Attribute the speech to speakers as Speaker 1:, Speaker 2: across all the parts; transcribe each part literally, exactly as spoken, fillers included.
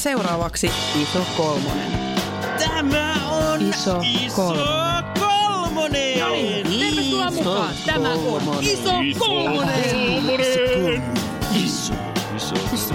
Speaker 1: seuraavaksi Iso Kolmonen.
Speaker 2: Tämä on
Speaker 1: Iso,
Speaker 2: iso
Speaker 1: Kolmonen.
Speaker 2: Kolmonen.
Speaker 1: No niin, tervetuloa mukaan. Tämä on Iso Kolmonen.
Speaker 2: Iso, iso, iso.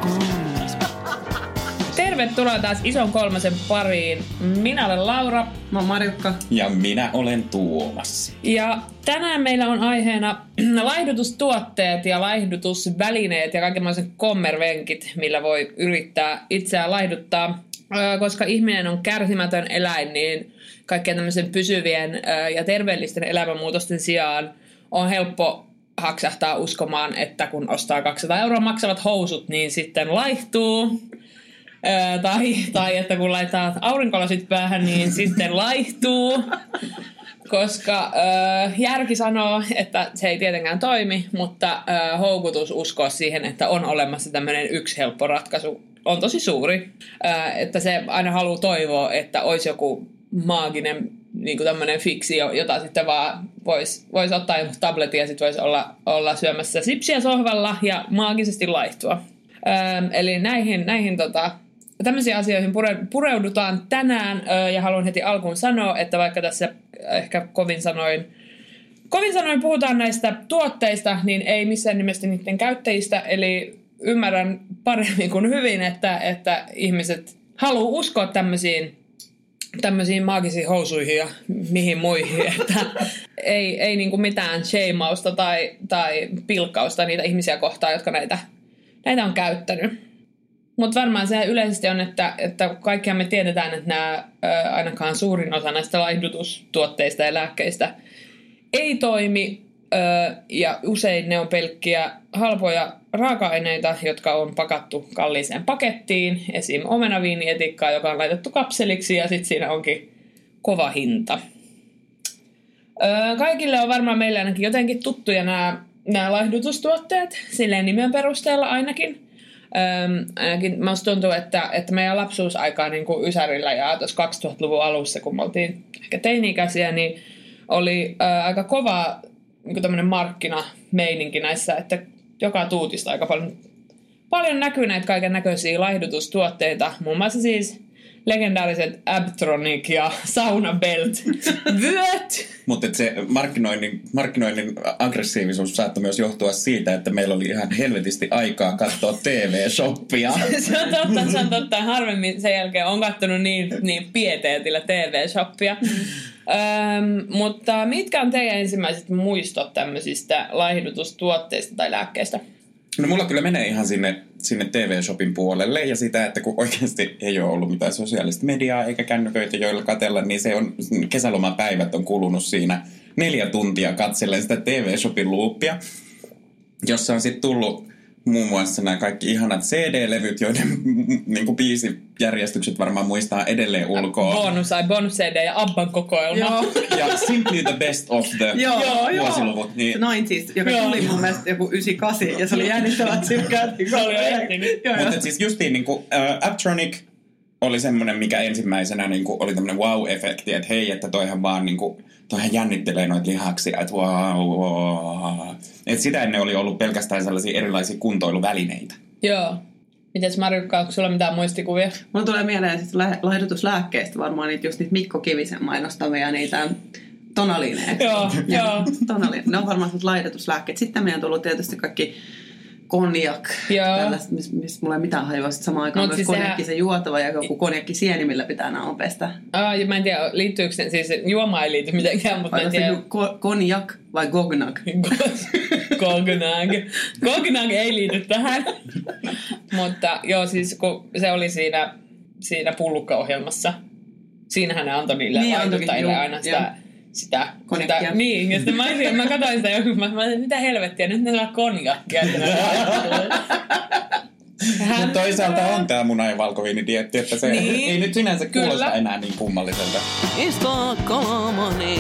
Speaker 3: Tervetuloa taas Ison Kolmosen pariin. Minä olen Laura.
Speaker 1: Mä oon Marjukka.
Speaker 4: Ja minä olen Tuomas.
Speaker 3: Ja tänään meillä on aiheena laihdutustuotteet ja laihdutusvälineet ja kaikenlaiset kommervenkit, millä voi yrittää itseään laihduttaa. Koska ihminen on kärsimätön eläin, niin kaikkien tämmöisen pysyvien ja terveellisten elämänmuutosten sijaan on helppo haksahtaa uskomaan, että kun ostaa kaksisataa euroa maksavat housut, niin sitten laihtuu. Öö, tai, tai että kun laittaa aurinkolasit päähän, niin sitten laihtuu. Koska öö, järki sanoo, että se ei tietenkään toimi, mutta öö, houkutus uskoa siihen, että on olemassa tämmöinen yksi helppo ratkaisu, on tosi suuri. Öö, että se aina haluaa toivoa, että olisi joku maaginen niin kuin tämmöinen fiksi, jota sitten vaan voisi vois ottaa joku tabletin ja sitten voisi olla, olla syömässä sipsiä sohvalla ja maagisesti laihtua. Öö, eli näihin, näihin tota, tämmöisiin asioihin pure, pureudutaan tänään öö, ja haluan heti alkuun sanoa, että vaikka tässä ehkä kovin sanoin, kovin sanoin puhutaan näistä tuotteista, niin ei missään nimessä niiden käyttäjistä, eli ymmärrän paremmin kuin hyvin, että, että ihmiset haluaa uskoa tämmöisiin tämmöisiin maagisiin housuihin ja mihin muihin, että ei, ei niinku mitään sheimausta tai, tai pilkkausta niitä ihmisiä kohtaan, jotka näitä, näitä on käyttänyt. Mutta varmaan se yleisesti on, että, että kaikkihan me tiedetään, että nämä ää, ainakaan suurin osa näistä laihdutustuotteista ja lääkkeistä ei toimi, ää, ja usein ne on pelkkiä halpoja raaka-aineita, jotka on pakattu kalliiseen pakettiin, esim. Omenaviinietikkaa, joka on laitettu kapseliksi, ja sitten siinä onkin kova hinta. Ää, kaikille on varmaan meillä ainakin jotenkin tuttuja nämä, nämä laihdutustuotteet, silleen nimen perusteella ainakin. Öm, ainakin minusta tuntuu, että, että meidän lapsuusaikaa niin kuin Ysärillä ja tuossa kaksituhattaluvun alussa, kun me oltiin ehkä teini-ikäisiä, niin oli ä, aika kova niin tämmöinen markkinameininki näissä, että joka tuutista aika paljon, paljon näkyy näitä kaiken näköisiä laihdutustuotteita. Muun muassa siis legendaariset Abtronic ja Saunabelt vyöt.
Speaker 4: Mutta se markkinoinnin, markkinoinnin aggressiivisuus saattoi myös johtua siitä, että meillä oli ihan helvetisti aikaa katsoa T V-shoppia.
Speaker 3: Se on totta, se on totta. Harvemmin sen jälkeen on katsonut niin, niin pieteetillä T V-shoppia. Öm, mutta mitkä on teidän ensimmäiset muistot tämmöisistä laihdutustuotteista tai lääkkeistä?
Speaker 4: No mulla kyllä menee ihan sinne, sinne T V-shopin puolelle ja sitä, että kun oikeasti ei ole ollut mitään sosiaalista mediaa eikä kännyköitä, joilla katsella, niin se on, kesälomapäivät on kulunut siinä neljä tuntia katsellen sitä T V-shopin loopia, jossa on sitten tullut muun muassa nämä kaikki ihanat C D-levyt, joiden niin kuin biisijärjestykset varmaan muistaa edelleen ulkoa.
Speaker 3: Bonus, ai bonus C D ja Abban kokoelma.
Speaker 1: Joo.
Speaker 4: Ja Simply the Best of the
Speaker 1: Joo,
Speaker 4: vuosiluvut. Niin.
Speaker 1: nineties, joka
Speaker 3: Joo.
Speaker 1: tuli mun mielestä joku yhdeksänkymmentäkahdeksan ja se oli jännittävät silkään.
Speaker 3: Se oli ehtinyt.
Speaker 4: Mutta siis justiin niin kuin, uh, Abtronic oli semmoinen, mikä ensimmäisenä niin kuin, oli tämmöinen wow-efekti, että hei, että toihan vaan niin kuin, toihan jännittelee noita lihaksia, että wow, wow. Et sitä ennen oli ollut pelkästään sellaisia erilaisia kuntoiluvälineitä.
Speaker 3: Joo. Mites Marjukka, onko sulla mitään muistikuvia?
Speaker 1: Mulla tulee mieleen siis laihdutuslääkkeistä varmaan niitä, just niitä Mikko Kivisen mainostamia, niitä tonaliineja.
Speaker 3: Joo, joo.
Speaker 1: Tonaliineja. Ne on varmaan laihdutuslääkkeet. Sitten meidän on tullut tietysti kaikki konjak, tällaista, missä mis mulla ei mitään hajua. Sitten samaan aikaan
Speaker 3: Mut
Speaker 1: myös
Speaker 3: siis
Speaker 1: konjakki
Speaker 3: sehän...
Speaker 1: se juotava ja joku konjakki sieni, millä pitää naon pestä.
Speaker 3: Ah, mä en tiedä, liittyykö se, siis juoma ei liity mitenkään, mutta mä en tiedä.
Speaker 1: Ko- konjak vai gognak?
Speaker 3: Gognag. Gognag ei liity tähän. Mutta joo, siis kun se oli siinä, siinä pullukkaohjelmassa, siinähän ne antoi niille
Speaker 1: niin,
Speaker 3: laiduttajille aina sitä... Sitä, sitä, niin, ja sitten mä, olisin, mä katsoin sitä joku, mä sanoin, mitä helvettiä, nyt ne saa konjakkia.
Speaker 4: Mutta toisaalta on tää muna- ja valkoviinidieetti, että se niin, ei nyt sinänsä kuulosta kyllä enää niin kummalliselta.
Speaker 1: Iso Kolmonen.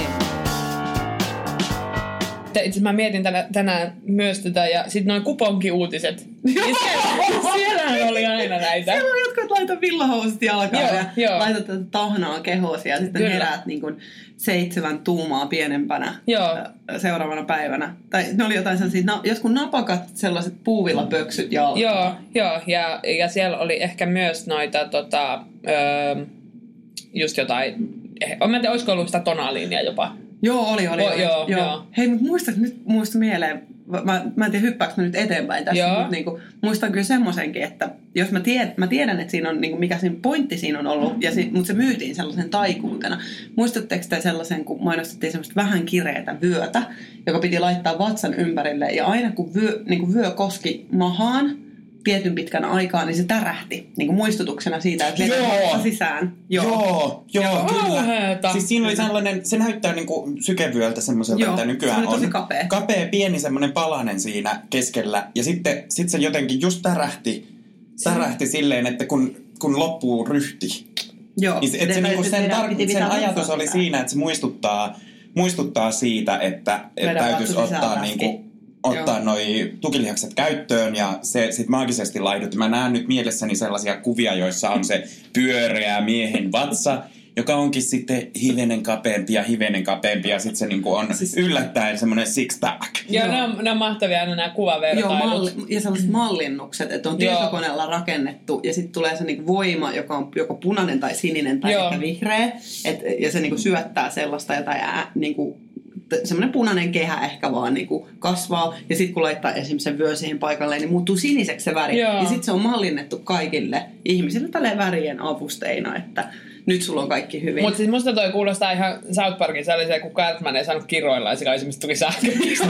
Speaker 3: Itse asiassa mä mietin tänä, tänään myös tätä, ja sitten noin kuponkiuutiset. Ja siellä, siellähän oli aina näitä.
Speaker 1: Siellä on tiedätkö, että laitat villahousut jalkaan
Speaker 3: Joo,
Speaker 1: ja
Speaker 3: joo.
Speaker 1: laitat tätä tahnaa kehoosi ja sitten
Speaker 3: Kyllä.
Speaker 1: heräät niin kuin seitsemän tuumaa pienempänä
Speaker 3: Joo.
Speaker 1: seuraavana päivänä. Tai ne oli jotain sellaisia, na, jotkut napakat sellaiset puuvillapöksyt jalkaan.
Speaker 3: Joo, joo. Ja, ja siellä oli ehkä myös noita tota, öö, just jotain, eh, en tiedä, olisiko ollut sitä tonaliinia jopa.
Speaker 1: Joo, oli, oli.
Speaker 3: O,
Speaker 1: oli.
Speaker 3: joo, joo.
Speaker 1: Hei, mutta muista, nyt muista mieleen, mä, mä en tiedä hyppääkö mä nyt eteenpäin tässä,
Speaker 3: Joo.
Speaker 1: mutta niinku, muistan kyllä semmoisenkin, että jos mä, tied, mä tiedän, että siinä on, niinku, mikä siinä pointti siinä on ollut, ja si, mutta se myytiin sellaisen taikuutena. Muistatteko te sellaisen, kun mainostettiin semmoista vähän kireätä vyötä, joka piti laittaa vatsan ympärille, ja aina kun vyö, niinku vyö koski mahaan, tietyn pitkän aikaa, niin se tärähti niin kuin muistutuksena siitä, että
Speaker 4: Joo.
Speaker 1: vetää sisään.
Speaker 4: Joo, joo, joo kyllä.
Speaker 3: Kauheeta.
Speaker 4: Siis siinä oli sellainen, se näyttää niinku sykevyöltä semmoiselta,
Speaker 1: Joo,
Speaker 4: mitä nykyään
Speaker 1: se oli tosi
Speaker 4: on.
Speaker 1: kapea.
Speaker 4: Kapea, pieni semmoinen palanen siinä keskellä. Ja sitten sit se jotenkin just tärähti, tärähti silleen, että kun, kun loppuu ryhti.
Speaker 1: Joo.
Speaker 4: Niin se, et se, niinku sen,
Speaker 1: Piti
Speaker 4: tar- sen
Speaker 1: pitää
Speaker 4: ajatus
Speaker 1: vatsan
Speaker 4: oli
Speaker 1: sisään.
Speaker 4: siinä, että se muistuttaa, muistuttaa siitä, että et
Speaker 1: Vedä
Speaker 4: täytyisi
Speaker 1: vatsa sisään
Speaker 4: ottaa
Speaker 1: läski.
Speaker 4: niinku... ottaa noi tukilihakset käyttöön ja se sit maagisesti laihdut. Mä näen nyt mielessäni sellaisia kuvia, joissa on se pyöreä miehen vatsa, joka onkin sitten hivenen kapeampi ja hivenen kapeampi ja sitten se niinku on
Speaker 1: Siis-
Speaker 4: yllättäen semmoinen six pack.
Speaker 3: Joo,
Speaker 1: Joo.
Speaker 3: ne on, ne on mahtavia aina nämä
Speaker 1: Joo,
Speaker 3: kuvavertailut.
Speaker 1: malli, ja sellaiset mallinnukset, että on
Speaker 3: Joo.
Speaker 1: tietokoneella rakennettu ja sitten tulee se niinku voima, joka on joko punainen tai sininen tai
Speaker 3: Joo.
Speaker 1: ehkä vihreä. Et, ja se niinku syöttää sellaista jotain ää, niinku, semmoinen punainen kehä ehkä vaan niinku kasvaa. Ja sitten kun laittaa esimerkiksi sen vyö siihen paikalle, niin muuttuu siniseksi se väri.
Speaker 3: Joo.
Speaker 1: Ja sitten se on mallinnettu kaikille ihmisille tälleen värien avusteina, että nyt sulla on kaikki hyvin.
Speaker 3: Mutta siis musta toi kuulostaa ihan South Parkin sellaisia, kun Cartman ei saanut kiroilla ja se esimerkiksi tuli sähköistä.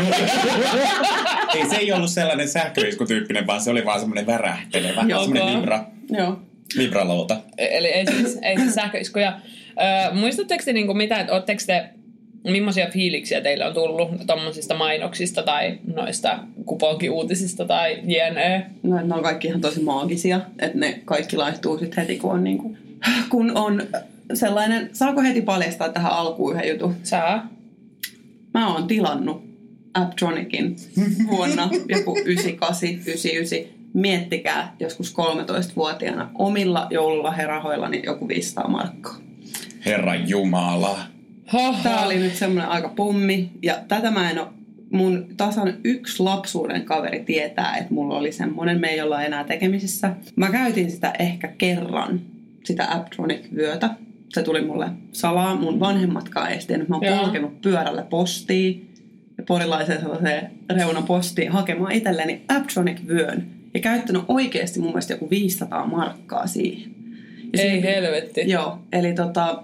Speaker 4: Ei se ei ollut sellainen sähköiskutyyppinen, vaan se oli vaan semmoinen värähtelevä,
Speaker 1: Joo.
Speaker 4: semmoinen vibra,
Speaker 1: Joo.
Speaker 4: vibralouta.
Speaker 3: Eli ei siis, ei siis sähköiskuja. Öö, muistatteko te niinku mitä, että ootteko te, millaisia fiiliksiä teille on tullut tommosista mainoksista tai noista kuponkiuutisista tai jne?
Speaker 1: No, ne on kaikki ihan tosi maagisia, että ne kaikki laihtuu sitten heti, kun on, niinku, kun on sellainen... Saako heti paljastaa tähän alkuun yhden jutun?
Speaker 3: Saa.
Speaker 1: Mä oon tilannut Apptronicin vuonna joku yhdeksänkymmentäkahdeksan yhdeksänkymmentäyhdeksän. Miettikää joskus kolmetoistavuotiaana omilla joululahjarahoillani joku viisisataa markkaa.
Speaker 4: Herran Jumala.
Speaker 3: Hoho.
Speaker 1: Tää oli nyt semmoinen aika pommi. Ja tätä mä en oo, mun tasan yksi lapsuuden kaveri tietää, että mulla oli semmoinen, me ei olla enää tekemisissä. Mä käytin sitä ehkä kerran, sitä Apptronic-vyötä. Se tuli mulle salaa, mun vanhemmatkaan ei tiennyt. Mä oon
Speaker 3: Joo.
Speaker 1: polkenut pyörällä postiin ja porilaiseen sellaiseen reunapostiin hakemaan itselleni Apptronic-vyön. Ja käyttänyt oikeasti mun mielestä joku viisisataa markkaa siihen. Ja
Speaker 3: Ei
Speaker 1: siihen-
Speaker 3: helvetti.
Speaker 1: Joo, eli tota...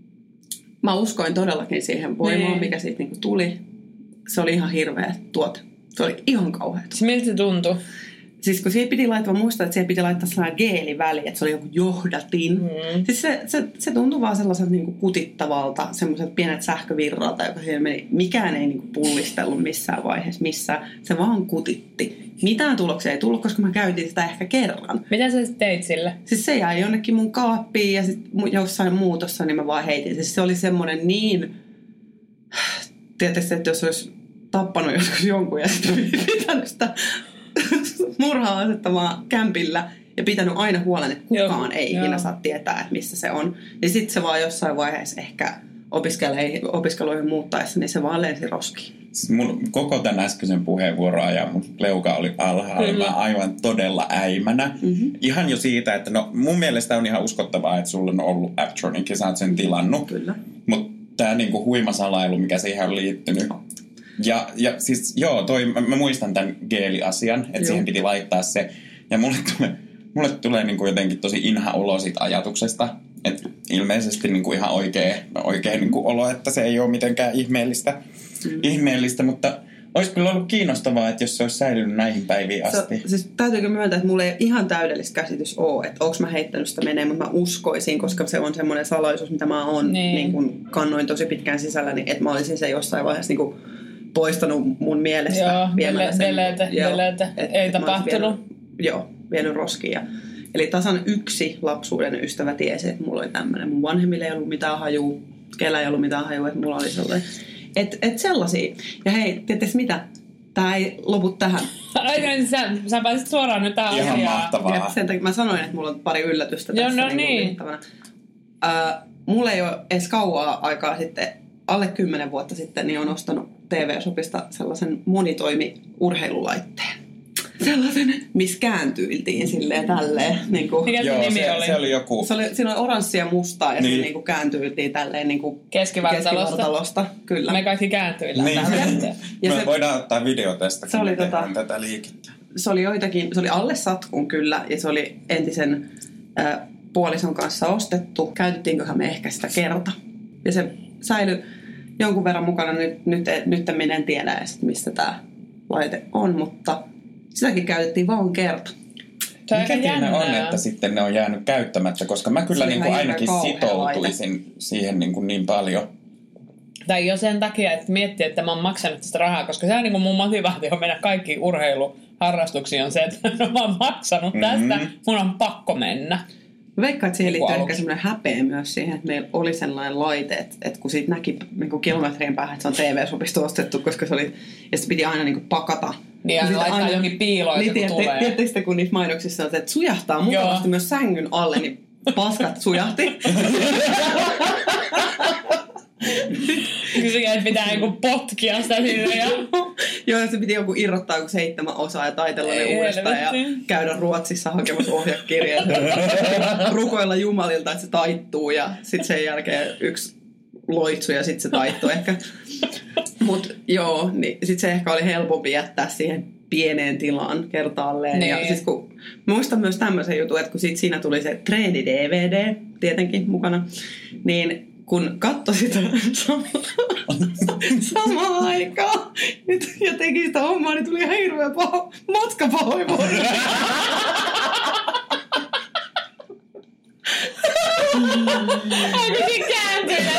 Speaker 1: Mä uskoin todellakin siihen voimaan,
Speaker 3: Niin.
Speaker 1: mikä siitä niinku tuli. Se oli ihan hirveä tuote. Se oli ihan kauhea.
Speaker 3: Siis miltä se tuntui?
Speaker 1: Siis kun siihen piti laittaa, muistaa, että siihen piti laittaa sellainen geeliväli, että se oli joku johdatin.
Speaker 3: Mm.
Speaker 1: Siis se, se, se tuntui vaan sellaiselta niinku kutittavalta, semmoiset pienet sähkövirralta, joka siihen meni. Mikään ei niinku pullistellut missään vaiheessa, missään. Se vaan kutitti. Mitään tuloksia ei tullut, koska mä käytin sitä ehkä kerran.
Speaker 3: Mitä sä sitten teit sille?
Speaker 1: Siis se jäi jonnekin mun kaappiin ja sitten jossain muutossa niin mä vaan heitin. Siis se oli semmoinen niin... Tietysti, että jos olisi tappanut joskus jonkun ja sitten pitänyt sitä murhaa asettamaan kämpillä ja pitänyt aina huolen, että kukaan
Speaker 3: Joo,
Speaker 1: ei ikinä
Speaker 3: joo.
Speaker 1: saa tietää, että missä se on. Ja sitten se vaan jossain vaiheessa ehkä opiskeluihin muuttaessa, niin se vaan lensi roskiin.
Speaker 4: Siis mun koko tämän äskeisen puheenvuoron ajan mun leuka oli alhaalla.
Speaker 3: Kyllä.
Speaker 4: Mä aivan todella äimänä.
Speaker 1: Mm-hmm.
Speaker 4: Ihan jo siitä, että no mun mielestä on ihan uskottavaa, että sulla on ollut Apptronic ja sä oot sen tilannut.
Speaker 1: Kyllä.
Speaker 4: Mutta tää niinku huima salailu, mikä siihen on liittynyt. Ja, ja siis joo, toi, mä, mä muistan tämän geeliasian, että
Speaker 1: Joo.
Speaker 4: siihen piti laittaa se. Ja mulle tulee, mulle tulee niinku jotenkin tosi inha olo siitä ajatuksesta. Että ilmeisesti niinku ihan oikea, oikea niinku olo, että se ei ole mitenkään ihmeellistä. Mm. ihmeellistä, mutta olisi kyllä ollut kiinnostavaa, että jos se olisi säilynyt näihin päiviin asti.
Speaker 1: Se, siis täytyykö myöntää, että mulla ei ihan täydellistä käsitys ole, että onko mä heittänyt sitä menee, mutta mä uskoisin, koska se on semmoinen salaisuus, mitä mä oon
Speaker 3: Niin.
Speaker 1: niin kun kannoin tosi pitkään sisälläni, että mä olisin se jossain vaiheessa niin kun poistanut mun mielestä
Speaker 3: Joo,
Speaker 1: viemällä
Speaker 3: dele- delete,
Speaker 1: Joo,
Speaker 3: delete.
Speaker 1: et-
Speaker 3: Ei
Speaker 1: et mä olisin
Speaker 3: tapahtunut.
Speaker 1: Vienyt, joo, vienyt roskiin. Ja, eli tasan yksi lapsuuden ystävä tiesi, että mulla oli tämmöinen. Mun vanhemmille ei ollut mitään hajua, kellä ei ollut mitään hajua, että mulla oli sellainen. Että et sellaisia. Ja hei, tietysti mitä? tää ei lopu tähän.
Speaker 3: Aika, niin sä, sä pääsit suoraan nyt tähän
Speaker 4: Ihan
Speaker 3: asiaan.
Speaker 4: mahtavaa.
Speaker 1: Ja sen takia mä sanoin, että mulla on pari yllätystä
Speaker 3: Joo,
Speaker 1: tässä.
Speaker 3: no niin.
Speaker 1: Äh, mulla ei ole edes kauaa aikaa sitten, alle kymmenen vuotta sitten, niin on ostanut T V-shopista sellaisen monitoimi-urheilulaitteen. Sellaisen, missä kääntyiltiin silleen tälleen. Niin kuin,
Speaker 3: Mikä se
Speaker 4: Joo,
Speaker 3: nimi
Speaker 4: se,
Speaker 3: oli?
Speaker 4: se oli joku...
Speaker 1: se oli, siinä oli oranssia ja mustaa ja niin.
Speaker 4: Niin.
Speaker 1: se niin kuin kääntyiltiin tälleen niin kuin
Speaker 3: Keskivartalosta.
Speaker 1: keskivartalosta. Kyllä.
Speaker 3: Me kaikki kääntyillä
Speaker 4: Niin.
Speaker 3: tähän.
Speaker 1: Ja
Speaker 4: Me
Speaker 1: se-
Speaker 4: voidaan ottaa video tästä,
Speaker 1: Se
Speaker 4: kun
Speaker 1: oli
Speaker 4: me tehdään
Speaker 1: tota-
Speaker 4: tätä liikettä.
Speaker 1: Se oli joitakin, se oli alle satkun kyllä ja se oli entisen äh, puolison kanssa ostettu. Käytettiinköhän me ehkä sitä kerta. Ja se säilyi jonkun verran mukana. Nyt, nyt, nyt minä en tiedä edes, mistä tämä laite on, mutta sitäkin käytettiin vaan kerta.
Speaker 3: Se on
Speaker 4: Mikä
Speaker 3: aika
Speaker 4: tilanne on,
Speaker 3: jännää.
Speaker 4: että sitten ne on jäänyt käyttämättä, koska mä kyllä
Speaker 1: Se oli
Speaker 4: niin kuin
Speaker 1: ihan
Speaker 4: ainakin
Speaker 1: kauhea
Speaker 4: sitoutuisin siihen niin, kuin niin paljon.
Speaker 3: Tai jo sen takia, että miettii, että mä oon maksanut tästä rahaa, koska se on niin kuin mun motivaatio mennä kaikkiin urheiluharrastuksiin on se, että no, mä oon maksanut tästä,
Speaker 4: Mm-hmm.
Speaker 3: mun on pakko mennä.
Speaker 1: Mä veikkaan, että siihen liittyy
Speaker 3: Aluksi.
Speaker 1: ehkä semmoinen häpeä myös siihen, että meillä oli sellainen laite, että, että kun siitä näki niin kuin kilometrien päähän, että se on T V-shopista ostettu, koska se oli, ja se piti aina niin kuin pakata.
Speaker 3: Niin, ja
Speaker 1: sitten
Speaker 3: laittaa johonkin piiloon,
Speaker 1: niin,
Speaker 3: kun
Speaker 1: tiedätte,
Speaker 3: tulee.
Speaker 1: Tiedättekö sitten, kun niissä mainoksissa on se, että sujahtaa mukavasti
Speaker 3: Joo.
Speaker 1: myös sängyn alle, niin paskat sujahti.
Speaker 3: Siihen, että pitää niinku potkia sitä sinne. Ja...
Speaker 1: Joo, ja se piti joku irrottaa joku seitsemän osaa ja taitella ne
Speaker 3: Ei
Speaker 1: uudestaan ja
Speaker 3: helvetti.
Speaker 1: käydä Ruotsissa hakemassa ohjakirjaa. Rukoilla Jumalilta, että se taittuu ja sitten sen jälkeen yksi loitsu ja sitten se taittuu ehkä. Mutta joo, niin sitten se ehkä oli helpompi jättää siihen pieneen tilaan kertaalleen.
Speaker 3: Niin.
Speaker 1: Ja siis kun, mä muistan myös tämmöisen jutun, että kun sit siinä tuli se treeni-D V D tietenkin mukana, niin kun katsoi sitä samaan aikaan ja teki sitä hommaa, niin tuli ihan hirveä paho, matkapahoinvointi.
Speaker 3: Aika siinä kääntynyt.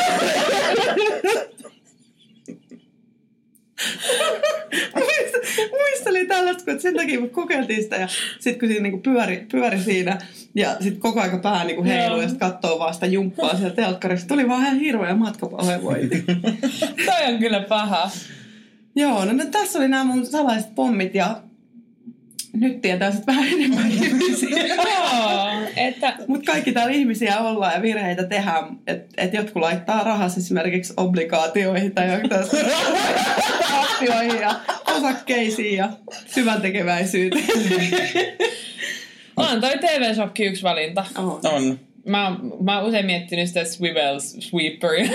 Speaker 1: Muistelin tällaista, kun sen takia me kokeiltiin sitä ja sitten kun siinä niinku pyöri, pyöri siinä ja sitten koko aika pää niinku heilui ja sitten katsoo vaan sitä jumppaa siellä telkkarissa. Tuli vaan ihan hirveä matkapahoinvointi.
Speaker 3: Toi on kyllä paha.
Speaker 1: Joo, no, no tässä oli nämä mun salaiset pommit ja nyt tietää sitten vähän enemmän ihmisiä.
Speaker 3: Joo, että...
Speaker 1: Mutta kaikki täällä ihmisiä ollaan ja virheitä tehdään. Että et jotkut laittaa rahas esimerkiksi obligaatioihin tai aktioihin ja osakkeisiin ja syvän tekeväisyyteen.
Speaker 3: On toi T V-shopki yksi valinta.
Speaker 1: Oh.
Speaker 4: On.
Speaker 3: Mä, oon- mä oon usein miettinyt sitä Swivel Sweeperia.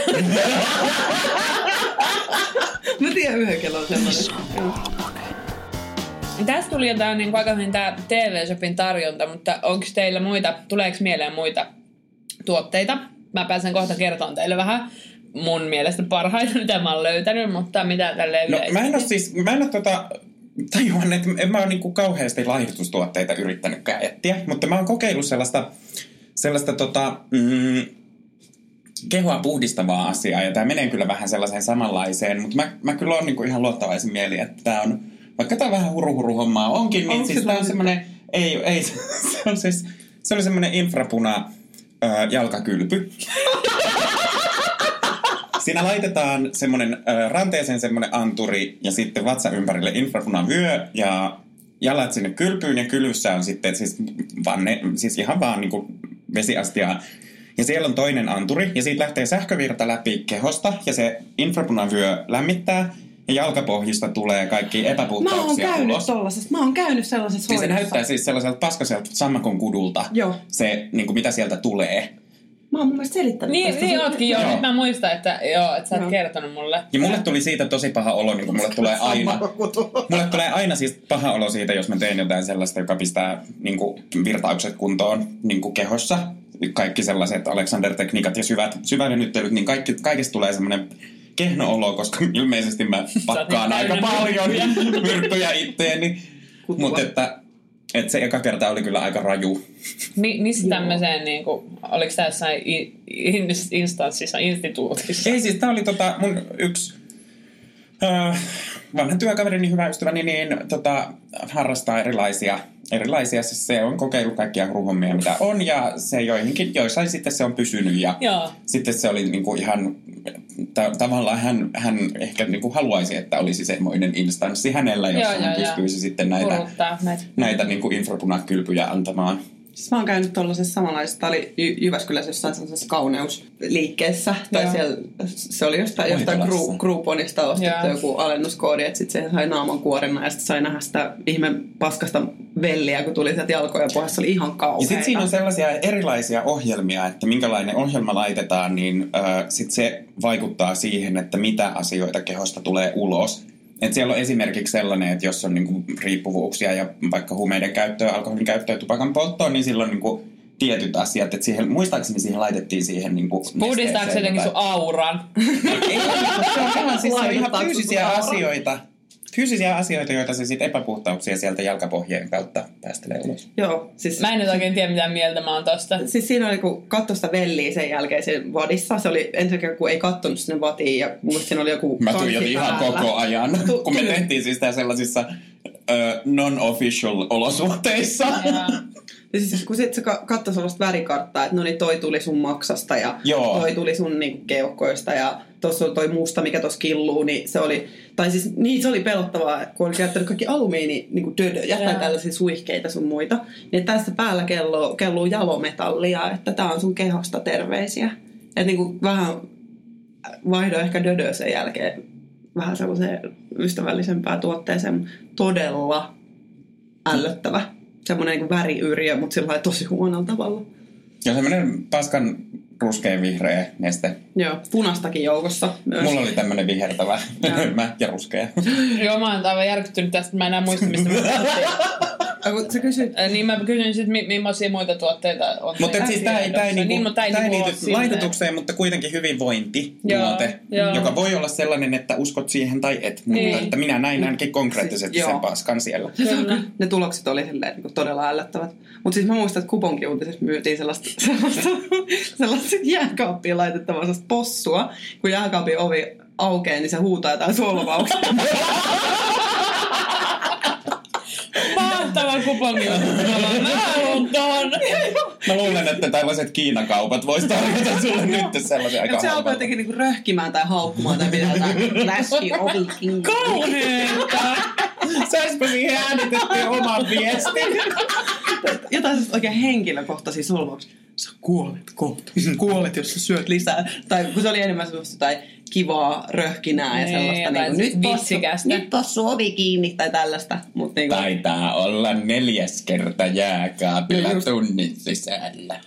Speaker 1: Mä tiedän yhden kellon semmoinen.
Speaker 3: Tästä tuli jotain niin aika hyvin tää T V-shopin tarjonta, mutta onko teillä muita, tuleeko mieleen muita tuotteita? Mä pääsen kohta kertomaan teille vähän mun mielestä parhaita, mitä mä oon löytänyt, mutta mitä tälleen
Speaker 4: No
Speaker 3: yleisesti.
Speaker 4: mä en ole siis, mä en ole tota, tajuan, että en mä ole niinku kauheasti laihdutustuotteita yrittänytkään etsiä, mutta mä oon kokeillut sellaista, sellaista tota, mm, kehoa puhdistavaa asiaa, ja tää menee kyllä vähän sellaiseen samanlaiseen, mutta mä, mä kyllä oon niinku ihan luottavaisin mieli, että tää on, vaikka tää vähän huru-huru-hommaa onkin, niin
Speaker 1: Onko
Speaker 4: siis
Speaker 1: se
Speaker 4: tää on
Speaker 1: tosi-
Speaker 4: semmonen, ei, ei, se on siis, se oli semmonen infrapuna ö, jalkakylpy. Siinä laitetaan semmoinen ö, ranteeseen semmoinen anturi ja sitten vatsa ympärille infrapunavyö ja jalat sinne kylpyyn ja kylvyssä on sitten siis, vanne, siis ihan vaan niin kuin vesiastiaa. Ja siellä on toinen anturi ja siitä lähtee sähkövirta läpi kehosta ja se infrapunavyö lämmittää ja jalkapohjista tulee kaikki
Speaker 1: Mä oon
Speaker 4: epäpuhtauksia
Speaker 1: käynyt
Speaker 4: ulos.
Speaker 1: tollasessa. Mä oon käynyt sellaisessa
Speaker 4: Niin se
Speaker 1: hoidossa.
Speaker 4: näyttää siis sellaiselta paskaselta sammakon kudulta,
Speaker 1: Joo.
Speaker 4: se niin kuin mitä sieltä tulee.
Speaker 1: Mä oon mun mielestä selittänyt
Speaker 3: Niin,
Speaker 1: tästä.
Speaker 3: niin ootkin joo.
Speaker 4: Joo.
Speaker 3: Nyt mä muistan, että, joo, että sä oot
Speaker 1: Joo.
Speaker 3: kertonut mulle.
Speaker 4: Ja mulle tuli siitä tosi paha olo, niin kuin mulle tulee aina. Mulle tulee aina siis paha olo siitä, jos mä teen jotain sellaista, joka pistää niin kuin, virtaukset kuntoon niin kuin kehossa. Kaikki sellaiset Alexander-tekniikat ja syvät, syvävenyttelyt, niin kaikki, kaikesta tulee semmoinen kehno olo, koska ilmeisesti mä pakkaan aika
Speaker 3: täynnä
Speaker 4: paljon
Speaker 3: myrkkyjä.
Speaker 4: myrkkyjä itteeni.
Speaker 1: Kutua.
Speaker 4: Mutta että, että se eka kerta oli kyllä aika raju.
Speaker 3: Mi- missä tämmöiseen, niin kuin, oliko tää jossain i- in- instanssissa, instituutissa?
Speaker 4: Ei siis, tää oli tota mun yksi äh, vanha työkaverini, hyvä ystäväni, niin tota, harrastaa erilaisia, erilaisia, siis se on kokeillut kaikkia ruhommia, mitä on, ja se joihinkin, joissain sitten se on pysynyt, ja
Speaker 3: Joo.
Speaker 4: sitten se oli niinku ihan ta- tavallaan hän, hän ehkä niin kuin haluaisi, että olisi semmoinen instanssi hänellä, jossa
Speaker 3: Joo,
Speaker 4: hän
Speaker 3: joo,
Speaker 4: pystyisi
Speaker 3: joo.
Speaker 4: sitten näitä,
Speaker 3: Kuluttaa näitä.
Speaker 4: näitä niin kuin infrapunakylpyjä antamaan.
Speaker 1: Siis mä oon käynyt tuollaisessa samanlaisessa, tää oli Jy- Jyväskylässä jossain sellaisessa kauneusliikkeessä, tai
Speaker 3: Joo.
Speaker 1: siellä, se oli jostain, jostain
Speaker 4: Hoitolassa.
Speaker 1: Gru- Grouponista ostettu
Speaker 3: Joo.
Speaker 1: joku alennuskoodi, että sitten se sai naaman kuorina ja sitten sai nähdä sitä ihme paskasta velliä, kun tuli sieltä jalkojen pohjassa, se oli ihan
Speaker 4: Ja
Speaker 1: kauheita.
Speaker 4: sitten siinä on sellaisia erilaisia ohjelmia, että minkälainen ohjelma laitetaan, niin äh, sitten se vaikuttaa siihen, että mitä asioita kehosta tulee ulos. Et siellä on esimerkiksi sellainen, että jos on niinku riippuvuuksia ja vaikka huumeiden käyttöä, alkoholin käyttöä ja tupakan polttoa, niin silloin niinku tietyt asiat. Et siihen, muistaakseni siihen laitettiin siihen niinku
Speaker 3: Puhdistaako se jotenkin sun auran?
Speaker 4: Ei, se on ihan, siis se on ihan
Speaker 1: Laitetaanko
Speaker 4: fyysisiä
Speaker 1: sun auran?
Speaker 4: asioita. Fyysisiä asioita, joita se sitten epäpuhtauksia sieltä jalkapohjien kautta päästelee ulos.
Speaker 1: Joo, siis...
Speaker 3: Mä en nyt oikein tiedä, mitä mieltä mä oon tosta.
Speaker 1: Siis siinä oli, kun katsoi sitä velliä sen jälkeen sen vadissa, se oli ensinnäkin, kun ei kattonut sinne vatiin, ja mun mielestä siinä oli joku
Speaker 4: Mä
Speaker 1: kansi
Speaker 4: tuijotin ihan
Speaker 1: päällä.
Speaker 4: koko ajan,
Speaker 1: Tu-
Speaker 4: kun me
Speaker 1: tuli.
Speaker 4: tehtiin siis tää sellaisissa ö, non-official olosuhteissa.
Speaker 1: Ja siis kun sit se ka- katsoi sellaista värikarttaa, että no niin toi tuli sun maksasta ja
Speaker 4: Joo.
Speaker 1: toi tuli sun niinku keuhkoista ja tuossa on toi musta, mikä tuossa killuu, niin se oli, tai siis niin se oli pelottavaa, kun oli käyttänyt kaikki alumiini niinku dödöjä tai
Speaker 3: Joo.
Speaker 1: tällaisia suihkeita sun muita, niin tässä päällä kelluu, kelluu jalometallia, että tää on sun kehosta terveisiä. Että niinku vähän vaihdoin ehkä dödöä sen jälkeen vähän sellaiseen ystävällisempään tuotteeseen, todella ällöttävä. Semmoinen niin väriyrjö, mutta sillä lailla tosi huonolla tavalla.
Speaker 4: Ja semmoinen paskan ruskean vihreä neste.
Speaker 1: Joo, punastakin joukossa myös.
Speaker 4: Mulla oli tämmönen vihertävä mä ja ruskea.
Speaker 3: Joo, mä oon aivan järkyttynyt tästä. Mä enää muista, mistä me puhuttiin.
Speaker 1: Ja kun sä kysyt,
Speaker 3: Äh, Niin mä kysyin sit, mi- millaisia muita tuotteita on.
Speaker 4: Mutta
Speaker 3: se
Speaker 4: siis tämä ei, tää ei,
Speaker 3: niin,
Speaker 4: niinku,
Speaker 3: mutta tää ei
Speaker 4: tää ei
Speaker 3: niinku
Speaker 4: liity
Speaker 3: ole silleen.
Speaker 4: laitotukseen, mutta kuitenkin hyvinvointituote,
Speaker 3: Joo,
Speaker 4: joka
Speaker 3: joo.
Speaker 4: voi olla sellainen, että uskot siihen tai et. Mutta
Speaker 3: Niin.
Speaker 4: että minä näin ainakin konkreettisesti
Speaker 1: Joo.
Speaker 4: sen paskan siellä.
Speaker 3: Kyllä.
Speaker 1: ne tulokset oli silleen, niin kuin todella ällöttävät. Mutta siis mä muistan, että kuponkiuutisessa myytiin sellaista, sellaista, sellaista jääkaappiin laitettavaa sellaista possua. Kun jääkaapin ovi aukeaa, niin se huutaa jotain solvauksia.
Speaker 3: Mahtava kuponki. Mä haluun ton.
Speaker 4: Mä luulen, että tällaiset Kiinakaupat vois tarjota sulle nyt sellaisen aika
Speaker 1: Se alkoi
Speaker 4: halvalla.
Speaker 1: jotenkin niinku röhkimään tai haukkumaan tai pitää jotain läski ovi kiinni.
Speaker 3: Kauheeta.
Speaker 4: Saisiko siihen äänitettyä oman viestin?
Speaker 1: Jotain sellaista oikein henkilökohtaisia solvauksia. Sä kuolet kohta. Sä kuolet, jos sä syöt lisää. Tai kun se oli enemmän sellaista tai kivaa röhkinää ja
Speaker 3: Niin,
Speaker 1: sellaista.
Speaker 3: jotain
Speaker 1: Niin nyt
Speaker 3: vitsikästä.
Speaker 1: Nyt tossu ovi kiinni tai tällaista. Mut niinku,
Speaker 4: Taitaa olla neljäs kerta jääkaapilla
Speaker 1: Just.
Speaker 4: tunnin sisällä.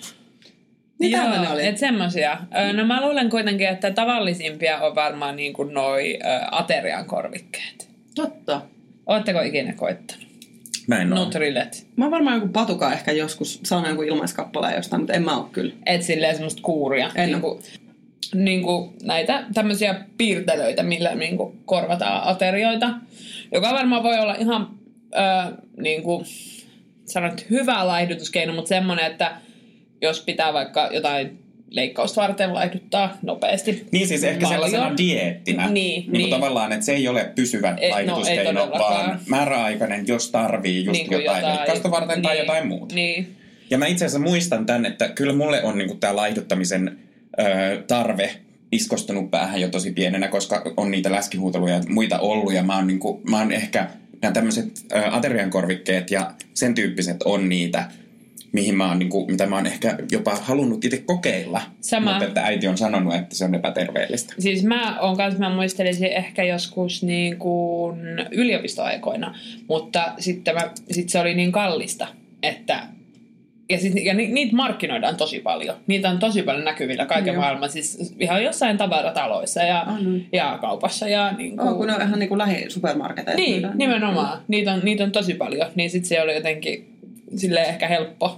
Speaker 1: Niin
Speaker 3: Joo,
Speaker 1: tällainen oli.
Speaker 3: et semmosia. Ö, No mä luulen kuitenkin, että tavallisimpia on varmaan niin kuin noi ö, aterian korvikkeet.
Speaker 1: Totta.
Speaker 3: Ootteko ikinä koittanut?
Speaker 4: Mä en oo.
Speaker 3: Nutrilet.
Speaker 1: Mä oon varmaan joku patuka ehkä joskus saanut joku ilmaiskappaleen jostain, mutta en mä oo kyllä.
Speaker 3: Et silleen semmoista kuuria.
Speaker 1: En
Speaker 3: Niinku, niinku näitä tämmöisiä piirtelöitä, millä niinku korvataan aterioita. Joka varmaan voi olla ihan ö, niinku, sanon, että hyvä laihdutuskeino, mutta semmoinen, että jos pitää vaikka jotain leikkausta varten laihduttaa nopeasti.
Speaker 4: Niin siis ehkä
Speaker 3: paljon.
Speaker 4: sellaisena dieettinä.
Speaker 3: Niin,
Speaker 4: niin.
Speaker 3: niin.
Speaker 4: Tavallaan, että se ei ole pysyvä
Speaker 3: Ei, no, ei
Speaker 4: laihdutuskeino,
Speaker 3: todellakaan.
Speaker 4: vaan määräaikainen, jos tarvii just
Speaker 3: Niinku
Speaker 4: jotain, jotain leikkausta varten
Speaker 3: niin,
Speaker 4: tai jotain muuta.
Speaker 3: Niin.
Speaker 4: Ja mä itse asiassa muistan tämän, että kyllä mulle on niinku tämä laihduttamisen ö, tarve iskostunut päähän jo tosi pienenä, koska on niitä läskihuuteluja ja muita ollut. Ja mä oon, niinku, mä oon ehkä nämä tämmöiset ö, ateriankorvikkeet ja sen tyyppiset on niitä, mihin mä oon, niinku, mitä mä oon ehkä jopa halunnut itse kokeilla.
Speaker 3: Sama.
Speaker 4: Mutta että äiti on sanonut, että se on epäterveellistä.
Speaker 3: Siis mä oon kanssa, mä muistelisin ehkä joskus niin kuin yliopistoaikoina, mutta sitten mä, sit se oli niin kallista, että ja, sit, ja ni, niitä markkinoidaan tosi paljon. Niitä on tosi paljon näkyvillä kaiken
Speaker 1: Joo.
Speaker 3: maailman, siis ihan jossain tavarataloissa ja,
Speaker 1: On.
Speaker 3: ja kaupassa. Ja niin kuin,
Speaker 1: Oh, kun ne on ihan niinku lähi-supermarketeissa.
Speaker 3: niin,
Speaker 1: myydään.
Speaker 3: nimenomaan. Niitä on, niitä on tosi paljon, niin sit se oli jotenkin silleen ehkä helppo.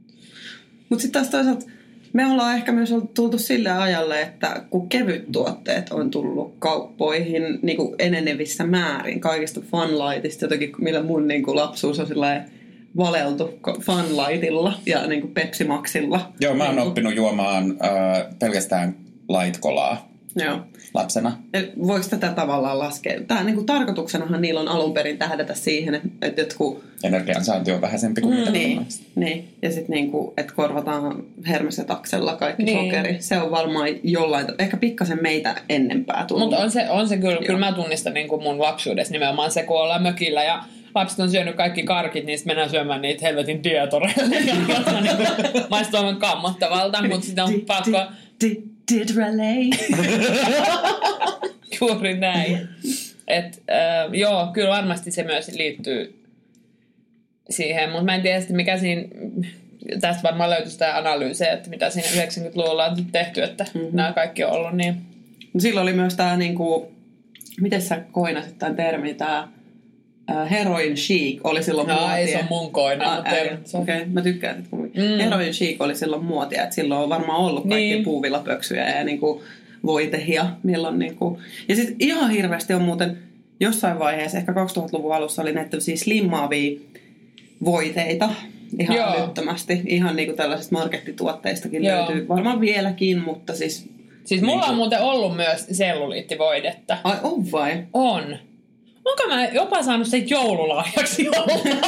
Speaker 1: Mutta sitten taas toisaalta me ollaan ehkä myös tultu sille ajalle, että kun kevyttuotteet on tullut kauppoihin niin kuin enenevissä määrin, kaikista Funlightista, jotenkin millä mun niin kuin lapsuus on silleen valeltu Funlightilla ja niin kuin Pepsi Maxilla.
Speaker 4: Joo, mä oon
Speaker 1: niin kuin,
Speaker 4: oppinut juomaan äh, pelkästään light-kolaa.
Speaker 1: Joo.
Speaker 4: lapsena.
Speaker 1: Eli voiko tätä tavallaan laskea? Tämä niin kuin tarkoituksenahan niillä on alun perin tähdätä siihen, että, että jotkut...
Speaker 4: Energiansaanti on vähäisempi kuin
Speaker 1: Mm,
Speaker 4: mitä
Speaker 1: niin,
Speaker 4: normaalisti.
Speaker 1: niin. Ja sitten niinku, että korvataan hermesetaksella kaikki
Speaker 3: Niin.
Speaker 1: sokeri. Se on varmaan jollain, ehkä pikkasen meitä ennempää tullut.
Speaker 3: Mutta on se, on se kyllä,
Speaker 1: Joo.
Speaker 3: kyllä mä tunnistan niin kuin mun lapsuudessa nimenomaan se, kun ollaan mökillä ja lapset on syönyt kaikki karkit, niin sitten mennään syömään niitä helvetin dietoreille, jotka niin maistuu aivan kammottavalta, mutta sitten on pakko...
Speaker 1: Did relay.
Speaker 3: Juuri näin. Et, äh, joo, kyllä varmasti se myös liittyy siihen, mutta mä en tiedä sitten mikä siinä, tästä varmaan löytyisi tämä analyysi, että mitä siinä yhdeksänkymmentäluvulla on tehty, että mm-hmm. nämä kaikki on ollut niin.
Speaker 1: Silloin oli myös tämä, niinku, miten sä koinasit tämän termin, tämä uh, heroin chic oli silloin
Speaker 3: No,
Speaker 1: muotia.
Speaker 3: ei se on mun koina,
Speaker 1: Ah,
Speaker 3: mutta
Speaker 1: ei,
Speaker 3: termi.
Speaker 1: okei, mä tykkään sit kumminkin.
Speaker 3: Mm.
Speaker 1: Heroin chic oli silloin muotia, että silloin on varmaan ollut kaikki
Speaker 3: Niin.
Speaker 1: puuvillapöksyjä ja niinku voitehia. Milloin niinku. Ja sitten ihan hirveästi on muuten jossain vaiheessa, ehkä kaksituhattaluvun alussa oli näitä tämmöisiä slimmaavia voiteita. Ihan
Speaker 3: Joo.
Speaker 1: älyttömästi. Ihan niinku tällaisista markettituotteistakin
Speaker 3: Joo.
Speaker 1: löytyy. Varmaan vieläkin, mutta siis...
Speaker 3: Siis mulla
Speaker 4: Niin.
Speaker 3: on muuten ollut myös selluliittivoidetta.
Speaker 1: Ai on vai?
Speaker 3: On. Onko mä jopa saanut sen joululahjaksi jollain?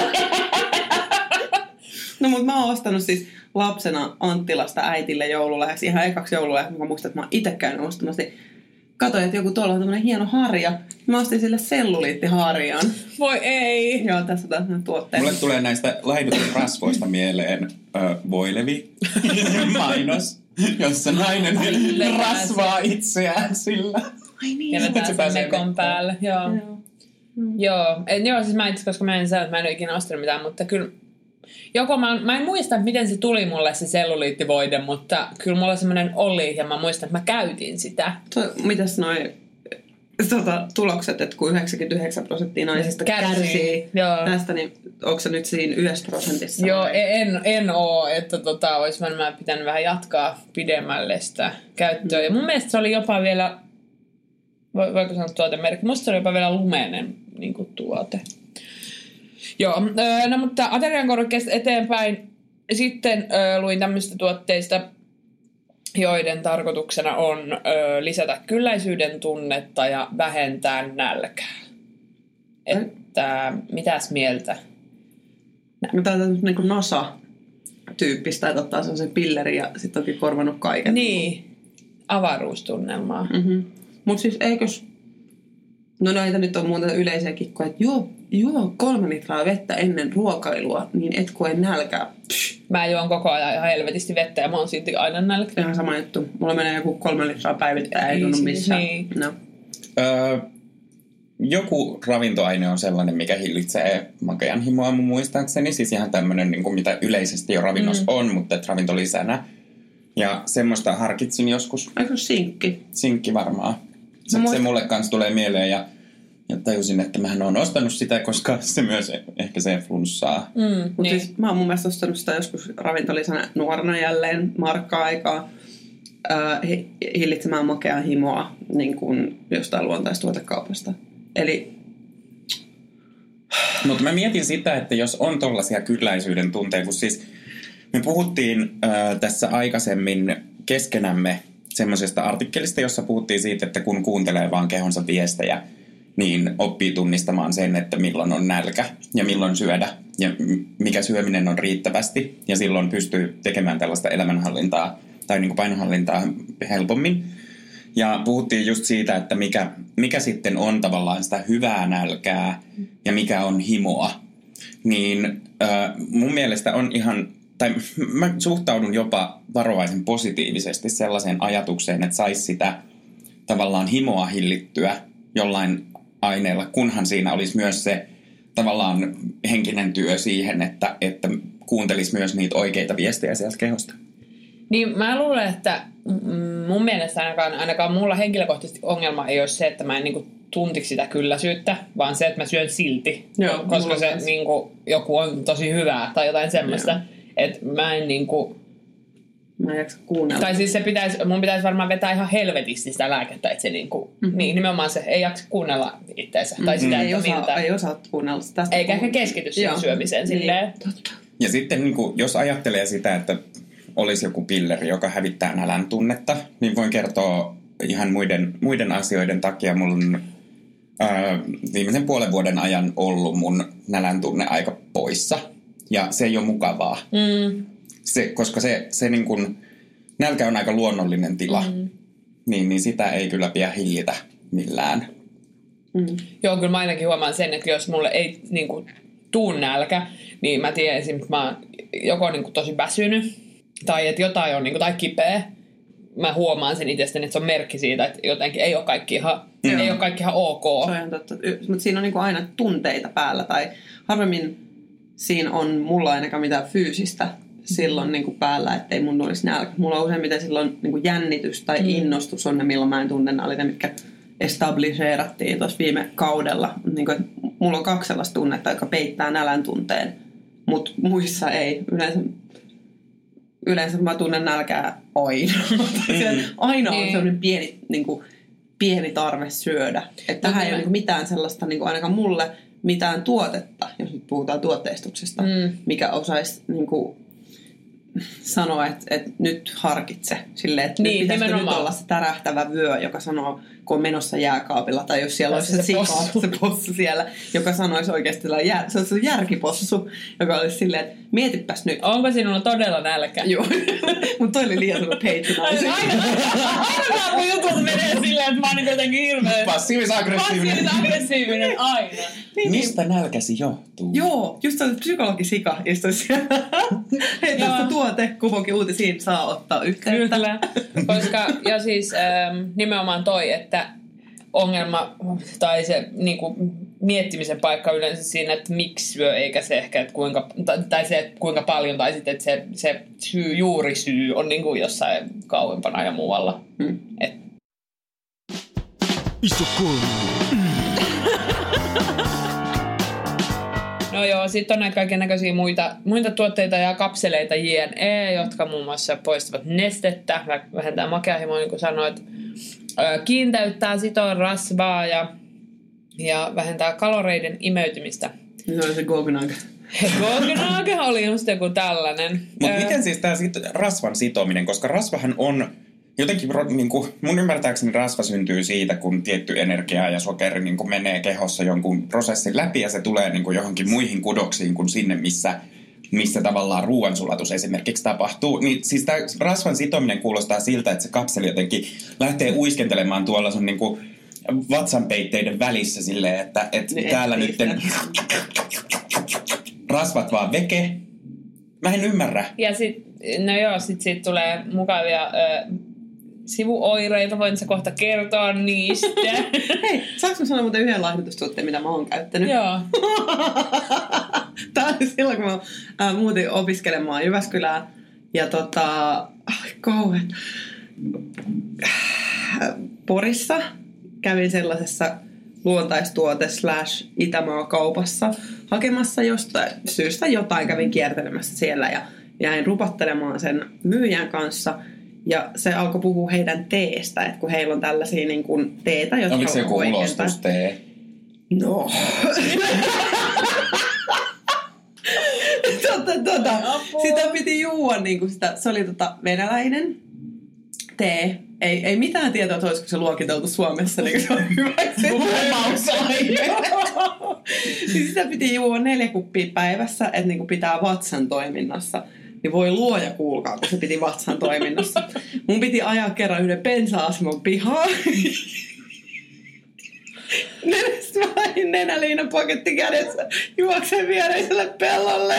Speaker 1: No mutta mä oon ostanut siis lapsena Anttilasta äitille joululahjaksi. Ihan ekaksi joululahjaksi, mä muistan, että mä oon itse käynyt ostamassa. Katoin, että joku tuolla on tämmönen hieno harja. Mä ostin sille selluliittiharjan.
Speaker 3: Voi ei.
Speaker 1: Joo, tässä on taas ne tuotteet.
Speaker 4: Mulle tulee näistä laihdutusrasvoista mieleen ö, Voilevi mainos, jossa nainen rasvaa itseään sillä.
Speaker 1: Ai niin.
Speaker 3: Ja
Speaker 4: Sitten
Speaker 3: vetää
Speaker 4: se
Speaker 3: sen
Speaker 4: pääsee
Speaker 3: mekon
Speaker 4: vettaan.
Speaker 3: päälle. Joo.
Speaker 1: Joo.
Speaker 3: Joo. Et, joo, siis mä itse, koska mä en sano, että mä en ole ikinä ostanut mitään, mutta kyllä joko mä, mä en muista, miten se tuli mulle se selluliittivoide, mutta kyllä mulla semmoinen oli ja mä muistan, että mä käytin sitä.
Speaker 1: To, mitäs noi tota, tulokset, että kun yhdeksänkymmentäyhdeksän prosenttia naisista
Speaker 3: Kärsii.
Speaker 1: kärsii
Speaker 3: Joo.
Speaker 1: tästä, niin onko se nyt siinä yhdessä prosentissa?
Speaker 3: Joo,
Speaker 1: vai?
Speaker 3: en, en oo, että tota, olisi varmaan pitänyt vähän jatkaa pidemmälle sitä käyttöä. Ja mun mielestä se oli jopa vielä, vo- voiko sanoa tuotemerkki, musta se oli jopa vielä lumeinen niin kuin tuote. Joo, öö, no mutta ateriankorkeasta eteenpäin sitten öö, luin tämmöistä tuotteista, joiden tarkoituksena on öö, lisätä kylläisyyden tunnetta ja vähentää nälkää. Että mitäs mieltä?
Speaker 1: No, tää on niin kuin NASA-tyyppistä, että ottaa sellaisen pillerin ja sitten onkin korvannut kaiken.
Speaker 3: Niin, avaruustunnelmaa.
Speaker 1: Mm-hmm. Mutta siis eikös... No näitä nyt on muuta yleisiä kikkoja, että juo, juo kolme litraa vettä ennen ruokailua, niin et koe nälkää. Psh,
Speaker 3: Mä juon koko ajan ihan helvetisti vettä ja mä oon silti aina nälkä.
Speaker 1: ihan sama juttu. Mulla menee joku kolme litraa päivittäin, ei
Speaker 3: Niin,
Speaker 1: tunnu
Speaker 3: siis
Speaker 1: missään.
Speaker 3: niin.
Speaker 1: No.
Speaker 4: Öö, joku ravintoaine on sellainen, mikä hillitsee makean himoa mun muistaakseni. Siis ihan tämmöinen, niin kuin mitä yleisesti jo ravinnossa mm. on, mutta et ravintolisänä. Ja semmoista harkitsin joskus.
Speaker 1: Eikö sinkki?
Speaker 4: Sinkki varmaan. Se,
Speaker 1: Mä
Speaker 4: se
Speaker 1: muist-
Speaker 4: mulle kanssa tulee mieleen ja, ja tajusin, että mähän oon ostanut sitä, koska se myös ehkä se flunssaa.
Speaker 3: Mm,
Speaker 1: Mutta
Speaker 3: niin.
Speaker 1: siis mä oon mun mielestä ostanut sitä joskus ravintolisänä nuorena jälleen markka-aikaa äh, hi- hillitsemään makeaa himoa niin kuin jostain luontaistuotekaupasta. Eli
Speaker 4: Mutta mä mietin sitä, että jos on tollaisia kylläisyyden tunteita, kun siis me puhuttiin äh, tässä aikaisemmin keskenämme semmoisesta artikkelista, jossa puhuttiin siitä, että kun kuuntelee vaan kehonsa viestejä, niin oppii tunnistamaan sen, että milloin on nälkä ja milloin syödä ja m- mikä syöminen on riittävästi. Ja silloin pystyy tekemään tällaista elämänhallintaa tai niin kuin painohallintaa helpommin. Ja puhuttiin just siitä, että mikä, mikä sitten on tavallaan sitä hyvää nälkää ja mikä on himoa. Niin äh, mun mielestä on ihan, tai mä suhtaudun jopa varovaisen positiivisesti sellaiseen ajatukseen, että saisi sitä tavallaan himoa hillittyä jollain aineella, kunhan siinä olisi myös se tavallaan henkinen työ siihen, että, että kuuntelisi myös niitä oikeita viestejä sieltä kehosta.
Speaker 3: Niin mä luulen, että mm, mun mielestä ainakaan, ainakaan mulla henkilökohtaisesti ongelma ei ole se, että mä en niinku tuntisi sitä kylläisyyttä, vaan se, että mä syön silti.
Speaker 1: Joo,
Speaker 3: koska
Speaker 1: mulla
Speaker 3: se
Speaker 1: kanssa.
Speaker 3: niinku, joku on tosi hyvää tai jotain semmoista. Että mä en niinku...
Speaker 1: mä en jaksa kuunnella.
Speaker 3: Tai siis se pitäisi, mun pitäisi varmaan vetää ihan helvetisti sitä lääkettä, että se niinku...
Speaker 1: Mhm.
Speaker 3: Niin, nimenomaan se ei jaksa kuunnella itseensä. Tai sitä,
Speaker 1: ei,
Speaker 3: että
Speaker 1: osaa,
Speaker 3: miltä...
Speaker 1: ei osaa kuunnella sitä. Tästä
Speaker 3: Eikä ehkä
Speaker 1: puhun.
Speaker 3: keskity siihen
Speaker 1: Joo.
Speaker 3: syömiseen silleen.
Speaker 1: Niin, totta.
Speaker 4: Ja sitten niin kuin, jos ajattelee sitä, että olisi joku pilleri, joka hävittää nälän tunnetta, niin voin kertoa ihan muiden, muiden asioiden takia mulla on ää, viimeisen puolen vuoden ajan ollut mun nälän tunne aika poissa. Ja se ei ole mukavaa. Mm. Se, koska se, se niin kun, nälkä on aika luonnollinen tila, mm. niin, niin sitä ei kyllä pidä hillitä millään.
Speaker 3: Mm. Joo, kyllä mä ainakin huomaan sen, että jos mulle ei niin kuin, tuu nälkä, niin mä tiedän esimerkiksi, että mä oon joko niin kuin, tosi väsynyt, tai että jotain on niin kuin, tai kipeä. Mä huomaan sen itsestäni, että se on merkki siitä, että jotenkin ei ole kaikki ihan, mm. ei ole kaikki ihan ok.
Speaker 1: Se on ihan totta. Mutta siinä on niin kuin aina tunteita päällä, tai harvemmin siinä on mulla ainakaan mitään fyysistä silloin niin kuin päällä, ettei mun olisi nälkä. Mulla on useimmiten silloin niin kuin jännitys tai mm. innostus on ne, milloin mä en tunne nälkä, mitkä establisheerattiin tuossa viime kaudella. Niin kuin, mulla on kaksi sellaista tunnetta, joka peittää nälän tunteen, mutta muissa ei. Yleensä, yleensä mä tunnen nälkää aina. Mm. Aina on sellainen pieni, niin kuin, pieni tarve syödä. Että tähän ei ole niin mitään sellaista, niin kuin ainakaan mulle, mitään tuotetta, jos nyt puhutaan tuotteistuksesta, mm. mikä osaisi niin kuin, sanoa, että, että nyt harkitse. Silleen, että niin, nyt pitäisikö nyt olla se tärähtävä vyö, joka sanoo, kun on menossa jääkaapilla, tai jos siellä olisi se, se sika, possu. se possu siellä, joka sanoisi oikeasti, jär, se olisi järkipossu, joka olisi silleen, että mietipäs nyt.
Speaker 3: Onko sinulla todella nälkä?
Speaker 1: Joo, mutta toi oli liian sellainen patronizing.
Speaker 3: Aina kun jutut menee silleen, että mä oon niin jotenkin hirveä.
Speaker 4: Passiivis-aggressiivinen.
Speaker 3: Passiivis-aggressiivinen, aina.
Speaker 4: Niin, mistä nälkäsi johtuu?
Speaker 1: Joo, just se psykologisika istuisi siellä. Hei, tästä tuote, kuvokin uutisiin saa ottaa yhteyttä.
Speaker 3: Kyllä, koska ja siis ähm, nimenomaan toi, että ongelma tai se niin kuin, miettimisen paikka yleensä siinä, että miksi syö, eikä se ehkä, että kuinka, tai se, että kuinka paljon, tai sitten, että se, se syy, juurisyy on niin kuin jossain kauempana ja muualla. Hmm. Et.
Speaker 2: Iso kolme.
Speaker 3: No joo, sitten on näitä kaikennäköisiä muita, muita tuotteita ja kapseleita jne, jotka muun muassa poistavat nestettä, vähentää makeahimoa, niin kuin sanoit, kiinteyttää, sitoo rasvaa ja, ja vähentää kaloreiden imeytymistä.
Speaker 1: Se oli se Gogenage.
Speaker 3: Gogenage oli just joku tällainen.
Speaker 4: Mutta miten siis tämä rasvan sitominen, koska rasvahan on jotenkin, niin kuin, mun ymmärtääkseni rasva syntyy siitä, kun tietty energia ja sokeri niin kuin menee kehossa jonkun prosessin läpi ja se tulee niin kuin johonkin muihin kudoksiin kuin sinne, missä, missä tavallaan ruoansulatus esimerkiksi tapahtuu. Niin, siis tämä rasvan sitominen kuulostaa siltä, että se kapseli jotenkin lähtee uiskentelemaan tuolla sun niin kuin vatsanpeitteiden välissä silleen, että, että
Speaker 1: niin
Speaker 4: täällä nyt rasvat vaan veke. Mä en ymmärrä.
Speaker 3: Ja sit, no joo, sit siitä tulee mukavia ö, sivuoireita, voin sä kohta kertoa niistä.
Speaker 1: Hei, saanko mä sanoa muuten yhden laihdutustuotteen, mitä mä oon käyttänyt?
Speaker 3: Joo.
Speaker 1: Tää oli silloin, kun mä äh, muutin opiskelemaan Jyväskylään. Ja tota, ai kauhean. Porissa kävin sellaisessa luontaistuote slash Itämaa-kaupassa hakemassa jostain syystä jotain, kävin kiertelemässä siellä ja jäin rupattelemaan sen myyjän kanssa ja se alkoi puhua heidän teestä, että kun heillä on tällaisia niin kuin teetä, jotka
Speaker 4: oliko se joku ulostustee?
Speaker 1: No. tota, tota. Sitä piti juua, niin kuin sitä, se oli tota venäläinen tee. Ei, ei mitään tietoa, että olisiko se luokiteltu Suomessa, niin se on hyväksi. Siis sitä piti juua neljä kuppia päivässä, että niin pitää vatsan toiminnassa. Niin voi luoja kuulkaa, kun se piti vatsan toiminnassa. Mun piti ajaa kerran yhden bensa-asemon pihaan. Nenästä vain nenäliinan paketti kädessä juokseen viereiselle pellolle.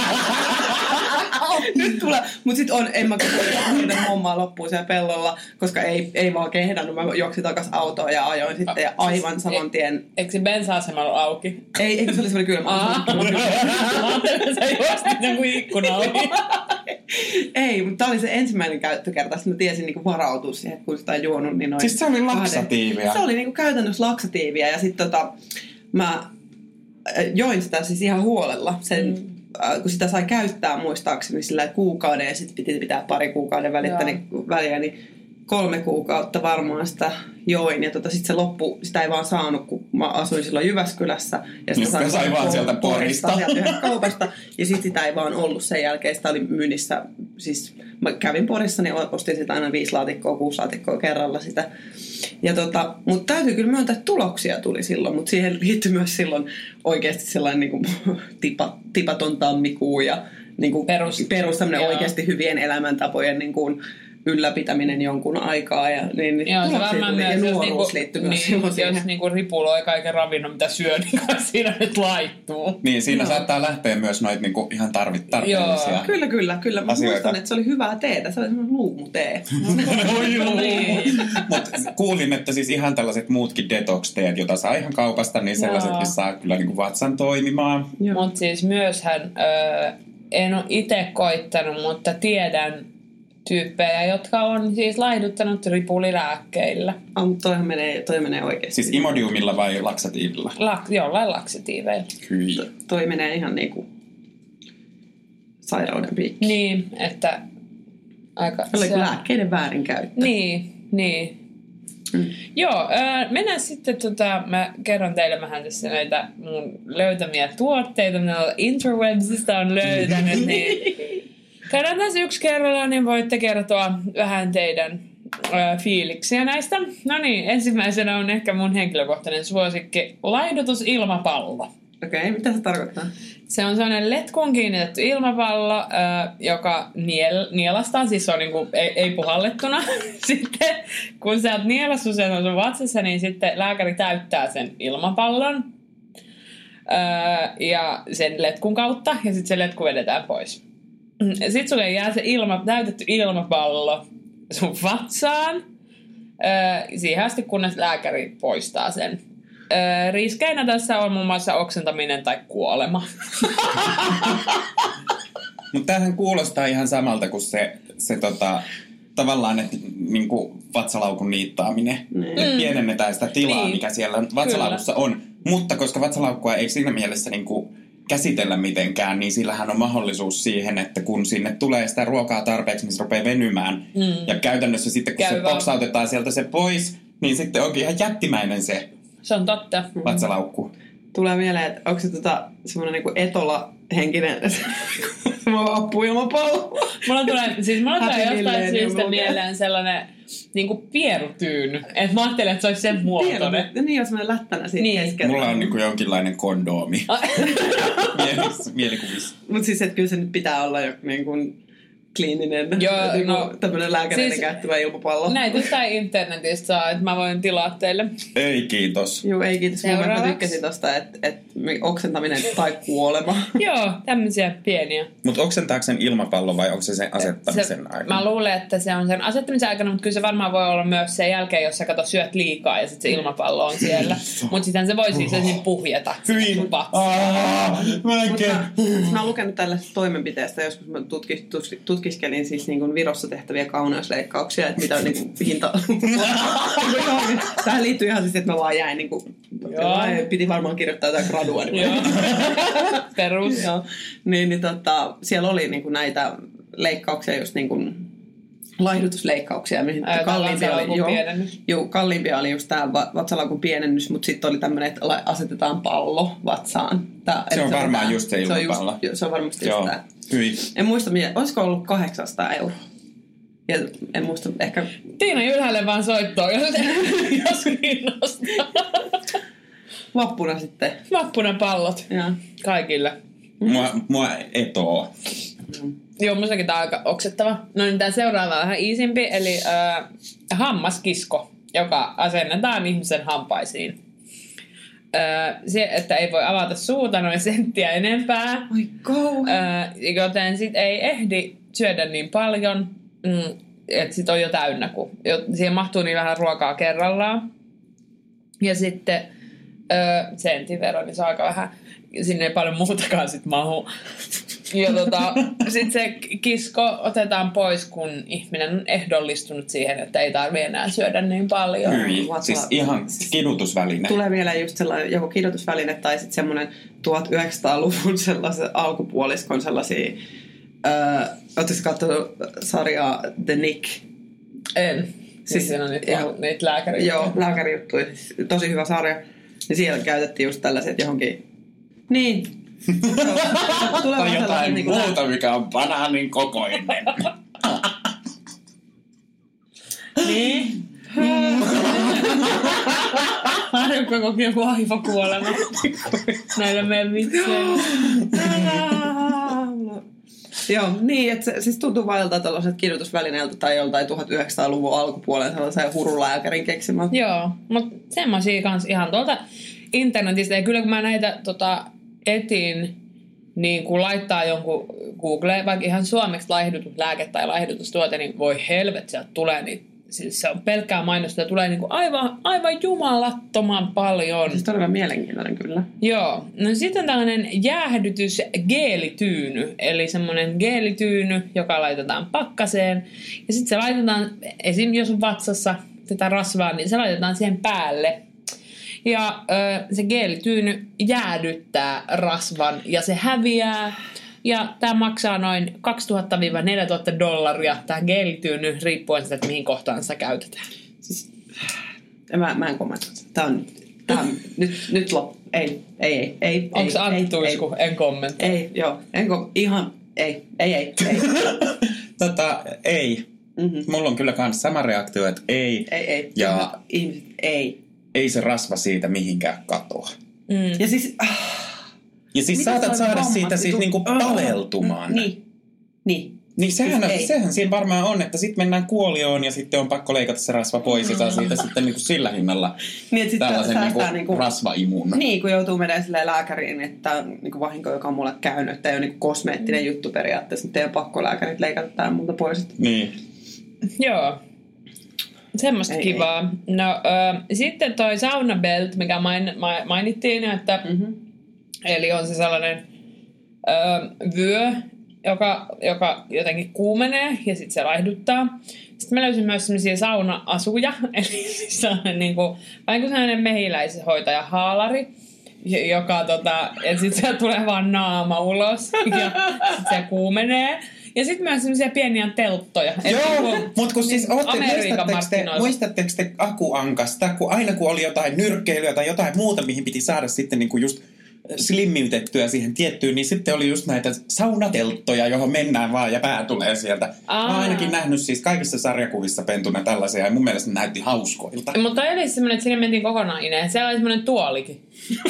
Speaker 1: Nyt tulee. Mut sit on, en mä koko hommaa loppuun siellä pellolla, koska ei, ei vaan kehdannut. Mä juoksin takas autoon ja ajoin sitten ja aivan saman tien.
Speaker 3: Eikö se bensa-asema ollut auki?
Speaker 1: Ei, eikö se oli semmoinen kylmä.
Speaker 3: Mä ajattelin, että sä juostit jonkun ikkuna auki.
Speaker 1: Ei, mutta tää oli se ensimmäinen käyttökerta. Sitten mä tiesin niinku varautua siihen, että kun sitä on juonut, niin noin.
Speaker 4: Siis se oli laksatiivia.
Speaker 1: Se oli niinku käytännössä laksatiivia ja sitten tota, mä join sitä siis ihan huolella. Sen, mm. äh, kun sitä sai käyttää muistaakseni sillä kuukauden ja sitten piti pitää pari kuukauden välittä, niin, väliä, niin kolme kuukautta varmaan sitä join. Ja tota, sitten se loppu, sitä ei vaan saanut, kun mä asuin silloin Jyväskylässä. Ja sitä
Speaker 4: sai, sai vaan sieltä Porista.
Speaker 1: Sieltä kaupasta. Ja sitten sitä ei vaan ollut sen jälkeen. Sitä oli myynnissä, siis mä kävin Porissa, niin ostin sitä aina viisi laatikkoa, kuusi laatikkoa kerralla sitä. Ja tota, mutta täytyy kyllä myöntää, että tuloksia tuli silloin. Mutta siihen liittyi myös silloin oikeasti sellainen niin kuin tipa, tipaton tammikuu ja niin kuin perus, perus oikeasti hyvien elämäntapojen niin kuin ylläpitäminen jonkun aikaa. Ja, niin,
Speaker 3: joo, se varmaan
Speaker 1: tuli,
Speaker 3: myös,
Speaker 1: ja
Speaker 3: jos,
Speaker 1: nuoruus
Speaker 3: niinku,
Speaker 1: liittyy myös
Speaker 3: niin,
Speaker 1: siihen.
Speaker 3: jos niinku ripuloi kaiken ravinnon, mitä syö, niin siinä nyt laittuu.
Speaker 4: Niin, siinä
Speaker 1: joo.
Speaker 4: saattaa lähteä myös noita niinku ihan tarvit tarpeellisia
Speaker 1: joo. Kyllä, kyllä, kyllä. Mä
Speaker 4: asioita.
Speaker 1: muistan, että se oli hyvää teetä. Se oli semmoinen luumutee.
Speaker 4: Mutta kuulin, että siis ihan tällaiset muutkin detox-teet, joita saa ihan kaupasta, niin sellaisetkin saa kyllä niinku vatsan toimimaan.
Speaker 3: Mutta siis myöshän, ö, en ole itse koittanut, mutta tiedän tyyppejä, jotka on siis laihduttanut ripulilääkkeillä.
Speaker 1: Ah, mutta toihan menee, toi menee oikeasti.
Speaker 4: Siis Imodiumilla vai laksatiivilla?
Speaker 3: La, jollain laksatiiveilla.
Speaker 4: Hyi.
Speaker 1: To, toi menee ihan niinku sairauden piikki.
Speaker 3: Niin, että aika...
Speaker 1: Oliko lääkkeiden väärinkäyttö?
Speaker 3: Niin, niin. Mm. Joo, äh, mennään sitten, tota, mä kerron teille vähän tässä näitä mun löytämiä tuotteita, mitä interwebsista on löytänyt, niin käydään tässä yksi kerralla, niin voitte kertoa vähän teidän äh, fiiliksiä näistä. No niin, ensimmäisenä on ehkä mun henkilökohtainen suosikki, laihdutusilmapallo.
Speaker 1: Okei, okay, mitä se tarkoittaa?
Speaker 3: Se on sellainen letkuun kiinnitetty ilmapallo, äh, joka niel, nielastaan, siis se on niinku, ei, ei puhallettuna. Sitten kun sä oot nielassu sen on sun vatsassa, niin sitten lääkäri täyttää sen ilmapallon äh, ja sen letkun kautta, ja sitten se letku vedetään pois. Sitten sulle jää se ilma, täytetty ilmapallo sun vatsaan, äh, siihen asti kunnes lääkäri poistaa sen. Öö, riskeinä tässä on muun muassa oksentaminen tai kuolema.
Speaker 4: Mutta tämähän kuulostaa ihan samalta kuin se, se tota, tavallaan, että niinku vatsalaukun niittaaminen. Mm. Että pienennetään sitä tilaa, niin. mikä siellä vatsalaukussa Kyllä. on. Mutta koska vatsalaukkua ei siinä mielessä niinku käsitellä mitenkään, niin sillähän on mahdollisuus siihen, että kun sinne tulee sitä ruokaa tarpeeksi, niin se rupeaa venymään. Mm. Ja käytännössä sitten, kun Käy se boksautetaan sieltä se pois, niin sitten onkin ihan jättimäinen se
Speaker 3: Se on totta.
Speaker 4: vatsalaukku.
Speaker 1: Tulee mieleen, että onko se tota, semmoinen niinku etola-henkinen appuilmapallo?
Speaker 3: Mulla tulee, siis mulla tulee jostain syystä mieleen sellainen niinku pierutyyny. Että mä ajattelin, että se olisi sen muotoinen.
Speaker 1: Niin, on semmoinen lättänä siitä niin. keskellä.
Speaker 4: Mulla on niinku jonkinlainen kondoomi. Mielis, mielikuvissa.
Speaker 1: Mutta siis, että kyllä se nyt pitää olla joku niin kuin kliininen,
Speaker 3: Joo,
Speaker 1: niin
Speaker 3: no,
Speaker 1: tämmöinen lääkäreiden
Speaker 3: siis,
Speaker 1: käyttävä ilmapallo.
Speaker 3: Näitä jostain internetistä saa, että mä voin tilaa teille.
Speaker 4: Ei kiitos.
Speaker 1: Joo, ei kiitos. Mä tykkäsin tosta, että et, oksentaminen tai kuolema.
Speaker 3: Joo, tämmöisiä pieniä.
Speaker 4: Mutta oksentaako sen ilmapallo vai onko se sen asettamisen
Speaker 3: se,
Speaker 4: aikana?
Speaker 3: Mä luulen, että se on sen asettamisen aikana, mutta kyllä se varmaan voi olla myös sen jälkeen, jos sä kato syöt liikaa ja sitten se ilmapallo on siellä. Mutta sitten se voi siis ensin puhjeta.
Speaker 4: Hyin!
Speaker 1: Mä oon lukenut tällaisesta toimenpiteestä, joskus mä tutkis, tutkiskelin siis niin kuin Virossa tehtäviä kauneusleikkauksia, että mitä niin kuin hinta... Tähän liittyy ihan siis, että mä vaan jäin niin kuin... Piti varmaan kirjoittaa jotain gradua. Niin
Speaker 3: Perus.
Speaker 1: Joo. Niin, niin tota, siellä oli niin kuin näitä leikkauksia, just niin kuin laihdutusleikkauksia, mihin kalliimpia oli, joo, joo, kalliimpia oli just tämä vatsalaukun pienennys, mutta sitten oli tämmöinen, että asetetaan pallo vatsaan. Tää,
Speaker 4: se on varmaan
Speaker 1: tää,
Speaker 4: just se ilmapallo.
Speaker 1: Se, se on varmasti
Speaker 4: joo.
Speaker 1: just tämä.
Speaker 4: Hyi.
Speaker 1: En muista, olisiko ollut kahdeksansataa euroa. Ja en muista, ehkä...
Speaker 3: Tiina Jylhälle vaan soittoon, jos, jos kiinnostaa.
Speaker 1: Vappuna sitten.
Speaker 3: Vappuna pallot.
Speaker 1: Ja.
Speaker 3: Kaikille.
Speaker 4: Mua, mua etoo.
Speaker 3: Mm. Joo, mustakin tää on aika oksettava. No niin, tää seuraava on vähän iisimpi, eli äh, hammaskisko, joka asennetaan ihmisen hampaisiin. Äh, se, että ei voi avata suuta noin senttiä enempää.
Speaker 1: Oi go.
Speaker 3: Äh, joten sit ei ehdi syödä niin paljon, mm, että sit on jo täynnä, kun jo, siihen mahtuu niin vähän ruokaa kerrallaan. Ja sitten äh, sentin verran, niin se on aika vähän. Sinne ei paljon muutakaan sit mahu. Ja tota, sit se kisko otetaan pois, kun ihminen on ehdollistunut siihen, että ei tarvitse enää syödä niin paljon.
Speaker 4: Hyi, siis ihan kidutusväline.
Speaker 1: Tulee vielä just sellainen joko kidutusväline tai sitten semmoinen tuhatyhdeksänsataaluvun sellaisen alkupuoliskon sellaisia... Öö, Oletteko katsonut sarjaa The Nick?
Speaker 3: En. Siis siinä on niitä,
Speaker 1: joo,
Speaker 3: niitä lääkärijuttuja.
Speaker 1: Joo, lääkärijuttuja. Siis tosi hyvä sarja. Ja siellä käytettiin just tällaiset johonkin... Niin.
Speaker 4: Tai jotain niin muuta, mikä on banaanin kokoinen.
Speaker 3: Niin. Harjukka koki joku aivokuolema näillä meidän vitseillä.
Speaker 1: Joo, niin, että se siis tuntuu vailta tällaiset kirjoitusvälineeltä tai joltain tuhatyhdeksänsataaluvun alkupuolen sellaisen hurulääkärin keksimä.
Speaker 3: Joo, mutta semmosia kans ihan tuolta internetistä. Ja kyllä kun mä näitä tota, etin, niin kun laittaa jonkun Googleen, vaikka ihan suomeksi laihdutuslääke tai laihdutustuote, niin voi helvet, sieltä tulee niitä. Siis se on pelkkää mainosta ja tulee niinku aivan, aivan jumalattoman paljon.
Speaker 1: Siis todella mielenkiintoinen kyllä.
Speaker 3: Joo. No sitten tällainen jäähdytysgeelityyny, eli semmoinen geelityyny, joka laitetaan pakkaseen. Ja sitten se laitetaan, esim. Jos on vatsassa tätä rasvaa, niin se laitetaan siihen päälle. Ja ö, se geelityyny jäädyttää rasvan ja se häviää. Ja tämä maksaa noin kaksituhatta neljätuhatta dollaria, tämä geelityyny, riippuen siitä, että mihin kohtaan sitä käytetään.
Speaker 1: Siis, mä, mä en kommentoi. Tämä on, tämä on nyt, nyt loppu. Ei, ei, ei. ei
Speaker 3: Onko se Anttuisku? En kommentoi.
Speaker 1: Ei, joo. En kom- ihan, ei, ei, ei. ei.
Speaker 4: tota, ei. Mm-hmm. Mulla on kyllä kans sama reaktio, että ei.
Speaker 1: Ei, ei.
Speaker 4: Ja
Speaker 1: ihmiset, ei.
Speaker 4: Ei se rasva siitä mihinkään katoa.
Speaker 1: Mm. Ja siis...
Speaker 4: Ja siis
Speaker 1: mitä
Speaker 4: saatat saada siitä siis
Speaker 1: tu-
Speaker 4: niinku paleltumaan.
Speaker 1: Niin. Niin.
Speaker 4: Niin sehän,
Speaker 1: siis
Speaker 4: sehän siinä varmaan on, että sitten mennään kuolioon ja sitten on pakko leikata se rasva pois ja saa siitä sitten niinku sillä hinnalla
Speaker 1: niin, että
Speaker 4: tällaisen niinku
Speaker 1: niinku,
Speaker 4: rasvaimun.
Speaker 1: Niin, kun joutuu menemään silleen lääkäriin, että on niinku vahinko, joka on mulle käynyt, että ei ole niinku kosmeettinen juttu periaatteessa, että ei ole pakko lääkärit leikata tämän multa pois.
Speaker 4: Niin.
Speaker 3: Joo. Semmoista ei, kivaa. Ei. No äh, sitten toi sauna belt, mikä main, ma, mainittiin, että mm-hmm. eli on se sellainen ö, vyö, joka, joka jotenkin kuumenee ja sitten se laihduttaa. Sitten mä löysin myös sellaisia sauna-asuja, eli siis sellainen niin kuin, vähän kuin sellainen mehiläishoitaja haalari, joka tota, että sitten sieltä tulee vaan naama ulos ja sitten se kuumenee. Ja sitten myös sellaisia pieniä telttoja.
Speaker 4: Joo, mutta kun siis ootte, muistatteko te,
Speaker 3: markkinoilla.
Speaker 4: muistatteko te Akuankasta, kun aina kun oli jotain nyrkkeilyä tai jotain muuta, mihin piti saada sitten niinku just slimmiytettyä siihen tiettyyn, niin sitten oli just näitä saunatelttoja, johon mennään vaan ja pää tulee sieltä. Aa. Mä oon ainakin nähnyt siis kaikissa sarjakuvissa pentuna tällaisia ja mun mielestä ne näytti hauskoilta.
Speaker 3: Mutta oli semmoinen, että sinne mentiin kokonaan ineen. Siellä oli semmoinen tuolikin.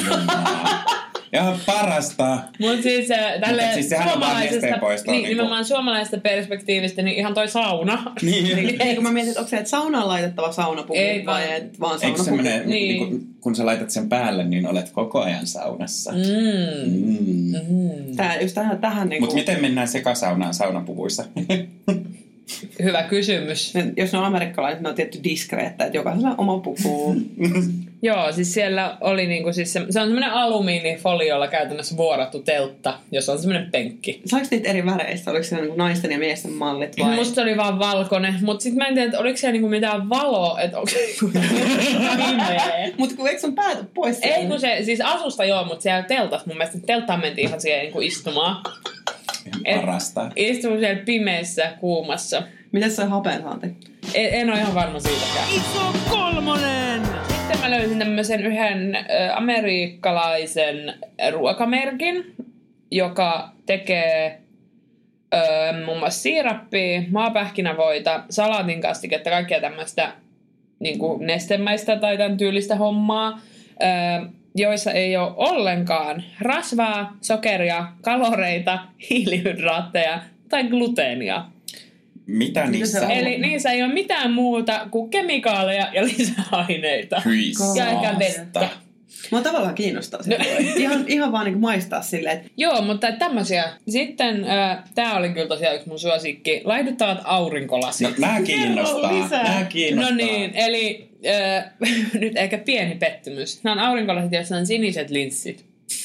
Speaker 4: Ja parasta.
Speaker 3: Mutta siis, tälle
Speaker 4: Mut siis sehän on vaan nesteen poistoa.
Speaker 3: Niin, nimenomaan suomalaisesta perspektiivistä, niin ihan toi sauna.
Speaker 1: Niin. Ei, kun mä mietin, että onko se, että saunaan laitettava saunapuku
Speaker 3: ei,
Speaker 1: vai
Speaker 3: vaan,
Speaker 1: et vaan
Speaker 4: saunapuku? Eikö se mene,
Speaker 3: niin.
Speaker 4: niin kun, kun sä laitat sen päälle, niin olet koko ajan saunassa.
Speaker 3: Mm.
Speaker 4: Mm.
Speaker 3: Mm.
Speaker 1: Tää, just tähän, tähän niin
Speaker 4: Mutta miten mennään sekasaunaan saunapuvuissa?
Speaker 3: Hyvä kysymys.
Speaker 1: Jos ne on amerikkalaiset, ne on tietty diskreettä, että jokaisella on oma puku.
Speaker 3: Joo, siis siellä oli niinku, siis se, se on semmoinen alumiinifoliolla käytännössä vuorattu teltta, jossa on semmoinen penkki.
Speaker 1: Saiko niitä eri väreistä? Oliko siellä niinku naisten ja miesten mallit vai?
Speaker 3: Musta se oli vaan valkoinen, mutta sitten mä en tiedä, että oliko siellä niinku mitään valoa, että onko se niinku pimeä.
Speaker 1: Mutta kun eikö sun päätä pois siellä?
Speaker 3: Ei kun se, siis asusta joo, mutta siellä teltassa mun mielestä telttaan mentiin ihan siihen niinku istumaan.
Speaker 4: Parasta.
Speaker 3: Istuu siellä pimeässä, kuumassa.
Speaker 1: Mitäs se hapensaanti?
Speaker 3: En, en ole ihan varma siitäkään.
Speaker 2: Iso kolmonen!
Speaker 3: Sitten mä löysin tämmöisen yhden ä, amerikkalaisen ruokamerkin, joka tekee ö, muun muassa siirappia, maapähkinävoita, salaatin kastiketta, kaikkea tämmöistä niin kuin nestemäistä tai tämän tyylistä hommaa, ö, joissa ei ole ollenkaan rasvaa, sokeria, kaloreita, hiilihydraatteja tai gluteenia.
Speaker 4: Mitä niissä on?
Speaker 3: Eli niissä ei ole mitään muuta kuin kemikaaleja ja lisäaineita.
Speaker 4: Hyi
Speaker 3: ja eikä vettä.
Speaker 1: Mua tavallaan kiinnostaa se. ihan, ihan vaan niin maistaa silleen, että...
Speaker 3: Joo, mutta tämmöisiä. Sitten äh, tää oli kyllä tosiaan yksi mun suosikki. Laihduttavat aurinkolasit.
Speaker 4: No, nää kiinnostaa. Nää kiinnostaa.
Speaker 3: No niin, eli äh, nyt ehkä pieni pettymys. Nämä on aurinkolasit, joissa on siniset linssit.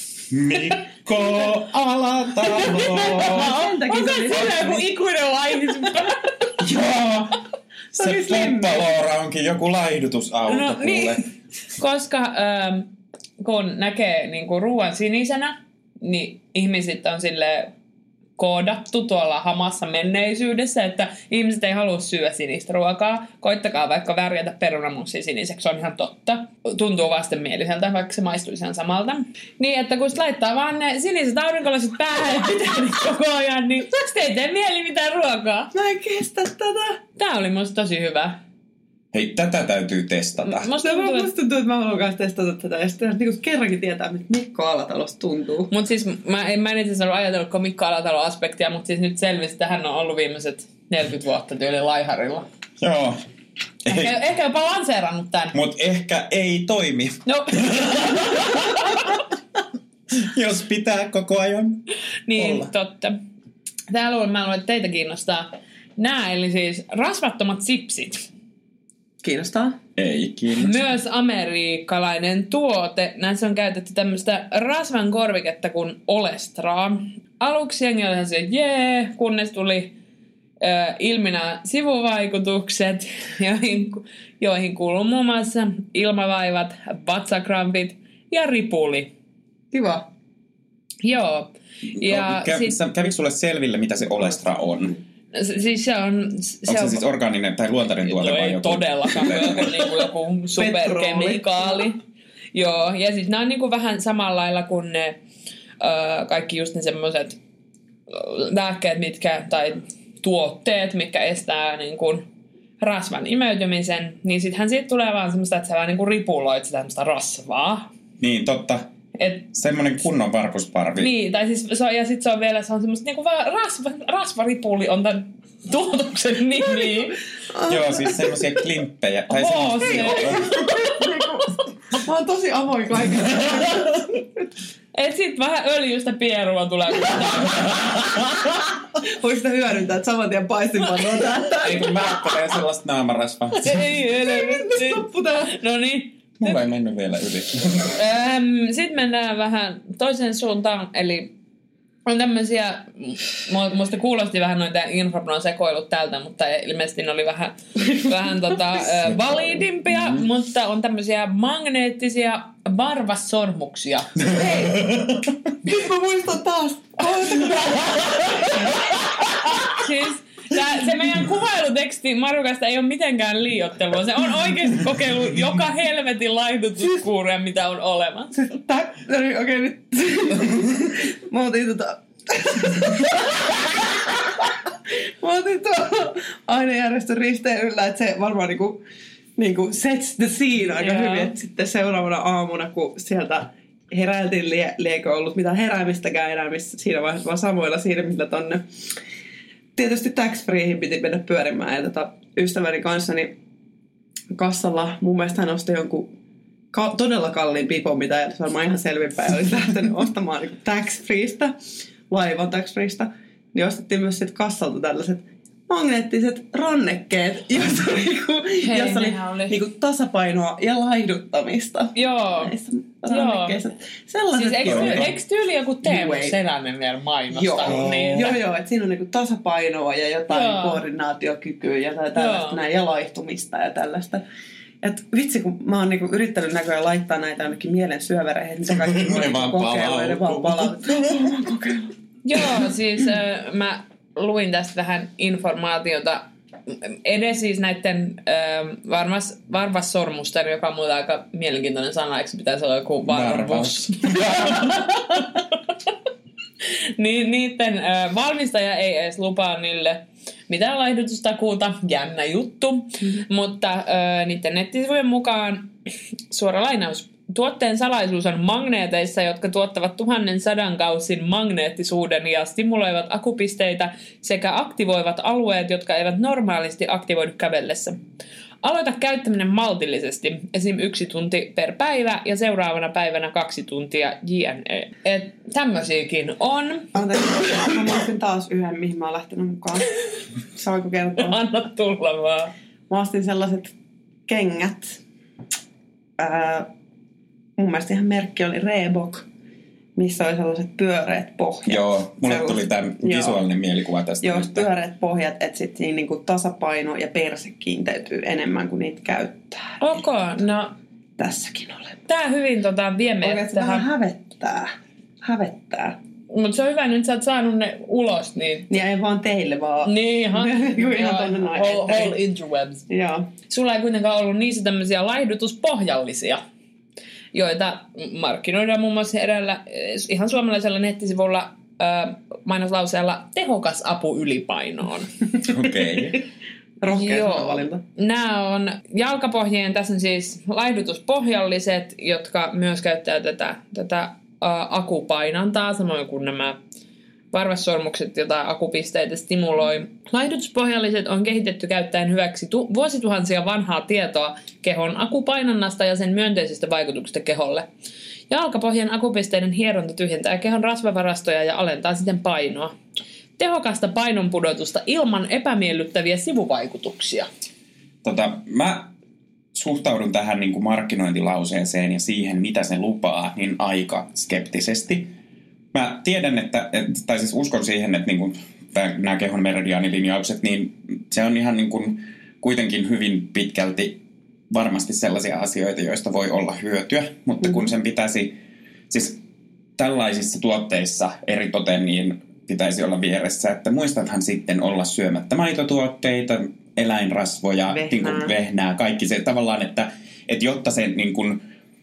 Speaker 4: Mikko Alatalo.
Speaker 3: Onko sillä joku ikuinen laihis?
Speaker 4: Joo. Se Poppaloora onkin joku laihdutusauto.
Speaker 3: No niin, koska ähm, kun näkee niinku ruoan sinisenä, niin ihmiset on silleen, koodattu tuolla hamassa menneisyydessä, että ihmiset ei halua syödä sinistä ruokaa. Koittakaa vaikka värjätä perunamussia siniseksi, se on ihan totta. Tuntuu vastenmieliseltä, vaikka se maistuisi ihan samalta. Niin, että kun laittaa vaan ne siniset aurinkolaiset päähän ja pitää niitä koko ajan, niin sitten ei tee mieli mitään ruokaa.
Speaker 1: Mä en kestä tätä.
Speaker 3: Tää oli musta tosi hyvä.
Speaker 4: Hei, tätä täytyy testata.
Speaker 3: Musta
Speaker 1: tuntuu,
Speaker 3: tuntuu,
Speaker 1: musta tuntuu, että mä haluan kanssa testata tätä. Ja sitten niin kerrankin tietää, mitä Mikko Alatalosta tuntuu.
Speaker 3: Mutta siis mä en, mä en itse asiassa ollut ajatellut Mikko Alatalon aspektia, mutta siis nyt selvisi, että hän on ollut viimeiset neljäkymmentä vuotta tyyli laiharilla.
Speaker 4: Joo.
Speaker 3: Ehkä, ehkä jopa lanseerannut tän.
Speaker 4: Mut ehkä ei toimi.
Speaker 3: No.
Speaker 4: Jos pitää koko ajan
Speaker 3: Niin,
Speaker 4: olla.
Speaker 3: totta. Täällä on, mä luulen, että teitä kiinnostaa nää, eli siis rasvattomat sipsit.
Speaker 1: Kiinnostaa?
Speaker 4: Ei kiinnosta.
Speaker 3: Myös amerikkalainen tuote. Näissä on käytetty tämmöistä rasvan korviketta kuin olestraa. Aluksi jengi oli ihan se, jee, kunnes tuli ö, ilmi nämä sivuvaikutukset, joihin, joihin kuuluu muun muassa ilmavaivat, vatsakrampit ja ripuli.
Speaker 1: Kiva.
Speaker 3: Joo. Ja
Speaker 4: Kä,
Speaker 3: sit,
Speaker 4: kävikö sulle selville, mitä se olestra on?
Speaker 3: siis se on... Se
Speaker 4: Onko se
Speaker 3: on,
Speaker 4: siis orgaaninen tai luontainen tuote vai
Speaker 3: ei
Speaker 4: joku?
Speaker 3: todellakaan joku, niin kuin joku superkemikaali. Joo, ja siis nämä on niin kuin vähän samalla lailla kuin ne ö, kaikki just ne semmoiset lääkkeet, mitkä, tai tuotteet, mitkä estää niin kuin rasvan imeytymisen, niin sittenhän siitä tulee vaan semmoista, että sä vaan niin kuin ripuloit sitä semmoista rasvaa.
Speaker 4: Niin, totta.
Speaker 3: Et,
Speaker 4: Semmoinen kunnon varpusparvi.
Speaker 3: niin, tai siis se on, ja sitten se on vielä se on semmoista niinku vaan rasva, rasvaripuli on tämän tuotoksen nimi.
Speaker 4: Joo, siis semmoisia klimppejä. Tai
Speaker 3: Oho,
Speaker 4: semmoisia...
Speaker 1: Mä oon tosi avoin kaiken.
Speaker 3: Et sit vähän öljystä pierua tulee.
Speaker 1: Voiko sitä hyödyntää, että saman tien paistinpanoa täältä?
Speaker 4: Ei kun määttelee sellaista naamarasvaa.
Speaker 3: Ei, ei,
Speaker 1: Loppu tää.
Speaker 3: no niin.
Speaker 4: Mulla ei mennyt vielä yli.
Speaker 3: Sitten mennään vähän toiseen suuntaan, eli on tämmöisiä, musta kuulosti vähän noita Infrapron sekoilut tältä, mutta ilmeisesti ne oli vähän, vähän tota, validimpia, mutta on tämmöisiä magneettisia varvassormuksia.
Speaker 1: Hei, nyt mä muistan taas.
Speaker 3: Siis tää, se meidän kuvailuteksti Marukasta ei ole mitenkään liioittelua. Se on oikeasti kokeillut joka helvetin laihdutuskuuria, mitä on olemassa.
Speaker 1: Tää, okei okay, nyt. Mä otin tota... Mä otin tuolla ainejärjestön risteilyllä, että se varmaan niinku, niinku sets the scene aika
Speaker 3: Joo.
Speaker 1: hyvin. Että sitten seuraavana aamuna, kun sieltä heräiltiin, lie, liekö ollut mitään heräämistäkään enää, missä siinä vaiheessa vaan samoilla siinä, millä tonne tietysti tax-freehin piti mennä pyörimään. Ja tota, ystäväni kanssa niin kassalla mun mielestä hän osti jonkun ka- todella kalliin pipon, mitä ei varmaan ihan selvinpäin olisi lähtenyt ostamaan niin tax-freeista, laivan tax-freeista. Niin ostettiin myös sit kassalta tällaiset magneettiset rannekkeet, jossa, niinku,
Speaker 3: Hei,
Speaker 1: jossa oli,
Speaker 3: oli.
Speaker 1: Niinku tasapainoa ja laihduttamista.
Speaker 3: Joo.
Speaker 1: Näissä rannekkeissa. Sellaiset
Speaker 3: Siis eikö, eikö tyyli joku Teemu
Speaker 1: Wait.
Speaker 3: Selänne vielä mainostanut
Speaker 1: Joo,
Speaker 3: niitä?
Speaker 1: joo, joo, että siinä on niinku tasapainoa ja jotain
Speaker 3: Joo.
Speaker 1: koordinaatiokykyä ja tällaista
Speaker 3: Joo.
Speaker 1: näin, ja laihtumista ja tällaista. Et vitsi, kun mä oon niinku yrittänyt näköjään laittaa näitä jonnekin mielen syövereihin, mitä kaikki voi
Speaker 4: Ne vaan
Speaker 1: kokeilla, ja ne vaan
Speaker 4: palautuu.
Speaker 1: palautuu. Mä oon kokeillut.
Speaker 3: Joo, siis äh, mä luin tästä vähän informaatiota. Edes siis näiden äh, varmas, varvassormusten, joka on muuten aika mielenkiintoinen sana, eikö se pitäisi olla joku varvus? niin, niiden äh, valmistaja ei edes lupaa niille mitään laihdutustakuuta, jännä juttu, mm-hmm. mutta äh, niiden nettisivujen mukaan, suora lainaus, tuotteen salaisuus on magneeteissa, jotka tuottavat tuhannen sadan kaussin magneettisuuden ja stimuloivat akupisteitä sekä aktivoivat alueet, jotka eivät normaalisti aktivoidu kävellessä. Aloita käyttäminen maltillisesti, esim. yksi tunti per päivä ja seuraavana päivänä kaksi tuntia jne. Et tämmöisiäkin on.
Speaker 1: Anteeksi, mä muistin taas yhden, mihin mä oon lähtenyt mukaan. Saanko kertoa?
Speaker 3: Anna tulla vaan.
Speaker 1: Mä ostin sellaiset kengät. Ää, mun mielestä ihan merkki oli Reebok, missä oli sellaiset pyöreät pohjat.
Speaker 4: Joo, mulle
Speaker 1: Sellaiset-
Speaker 4: tuli tämä visuaalinen mielikuva tästä.
Speaker 1: Joo,
Speaker 4: nyt.
Speaker 1: pyöreät pohjat, että sitten siinä niinku tasapaino ja perse kiinteytyy enemmän kuin niitä käyttää.
Speaker 3: Ok, no
Speaker 1: Tässäkin olen.
Speaker 3: tää hyvin tota, vie meidät
Speaker 1: Oikeasti vähän
Speaker 3: tähän.
Speaker 1: hävettää. Hävettää.
Speaker 3: Mutta se on hyvä, nyt sä oot saanut ne ulos, niin...
Speaker 1: Ja ei vaan teille, vaan...
Speaker 3: Niin, ihan.
Speaker 1: ihan tonne noin.
Speaker 3: Whole, whole interwebs.
Speaker 1: Joo.
Speaker 3: Sulla ei kuitenkaan ollut niissä tämmöisiä laihdutuspohjallisia, joita markkinoidaan muun muassa edellä ihan suomalaisella nettisivulla äh, mainoslauseella tehokas apu ylipainoon.
Speaker 4: Okei. Okay.
Speaker 1: Rohkea sanavalinta.
Speaker 3: Nämä on jalkapohjien, tässä on siis laihdutuspohjalliset, jotka myös käyttää tätä, tätä ä, akupainantaa, samoin kuin nämä varvassormukset, joita akupisteitä stimuloi. Laihdutuspohjalliset on kehitetty käyttäen hyväksi tu- vuosituhansia vanhaa tietoa kehon akupainannasta ja sen myönteisistä vaikutuksista keholle. Jalkapohjien akupisteiden hieronta tyhjentää kehon rasvavarastoja ja alentaa siten painoa. Tehokasta painonpudotusta ilman epämiellyttäviä sivuvaikutuksia.
Speaker 4: Tota, mä suhtaudun tähän niin kuin markkinointilauseeseen ja siihen, mitä se lupaa, niin aika skeptisesti. Mä tiedän, että, että tai siis uskon siihen, että niin kuin nämä kehon meridiaanilinjaukset, niin se on ihan niin kuin kuitenkin hyvin pitkälti varmasti sellaisia asioita, joista voi olla hyötyä, mutta kun sen pitäisi, siis tällaisissa tuotteissa eritoten, niin pitäisi olla vieressä, että muistathan sitten olla syömättä maitotuotteita, eläinrasvoja, vehnää, niin kuin vehnää kaikki se tavallaan, että, että jotta se niin kuin,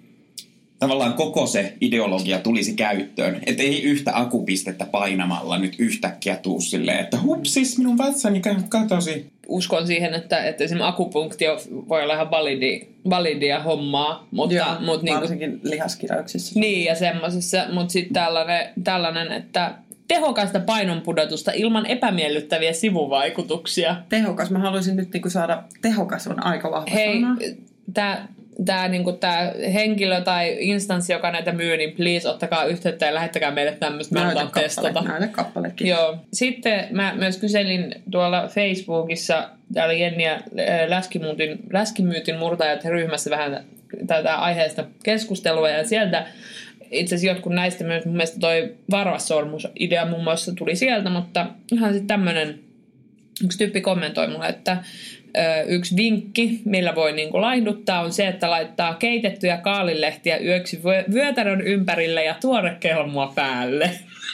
Speaker 4: tavallaan koko se ideologia tulisi käyttöön, että ei yhtä akupistettä painamalla nyt yhtäkkiä tuu silleen, että hupsis, minun vatsani katosi.
Speaker 3: Uskon siihen, että, että esimerkiksi akupunktio voi olla ihan validi, validia hommaa, mutta...
Speaker 1: Joo,
Speaker 3: mutta
Speaker 1: varsinkin
Speaker 3: niin
Speaker 1: lihaskirjauksissa.
Speaker 3: Niin, ja semmoisissa, mutta sitten tällainen, tällainen, että tehokasta painonpudotusta ilman epämiellyttäviä sivuvaikutuksia.
Speaker 1: Tehokas. Mä haluaisin nyt niinku saada, tehokas on aika vahva
Speaker 3: Hei,
Speaker 1: sana.
Speaker 3: Tää, tää, niinku, tää henkilö tai instanssi, joka näitä myy, niin please ottakaa yhteyttä ja lähettäkää meille tämmöistä. Mä haluan testata.
Speaker 1: Näytä kappalekin.
Speaker 3: Joo. Sitten mä myös kyselin tuolla Facebookissa, täällä Jenni ja Läskimyytin, Läskimyytin murtajat ryhmässä vähän tätä aiheesta keskustelua, ja sieltä itse asiassa jotkut näistä myös mun mielestä toi varvassormus-idea muun muassa tuli sieltä, mutta ihan sitten tämmönen, yksi tyyppi kommentoi mulle, että ö, yksi vinkki, millä voi niinku laihduttaa, on se, että laittaa keitettyjä kaalilehtiä yöksi vyötärön ympärille ja tuorekehomua päälle.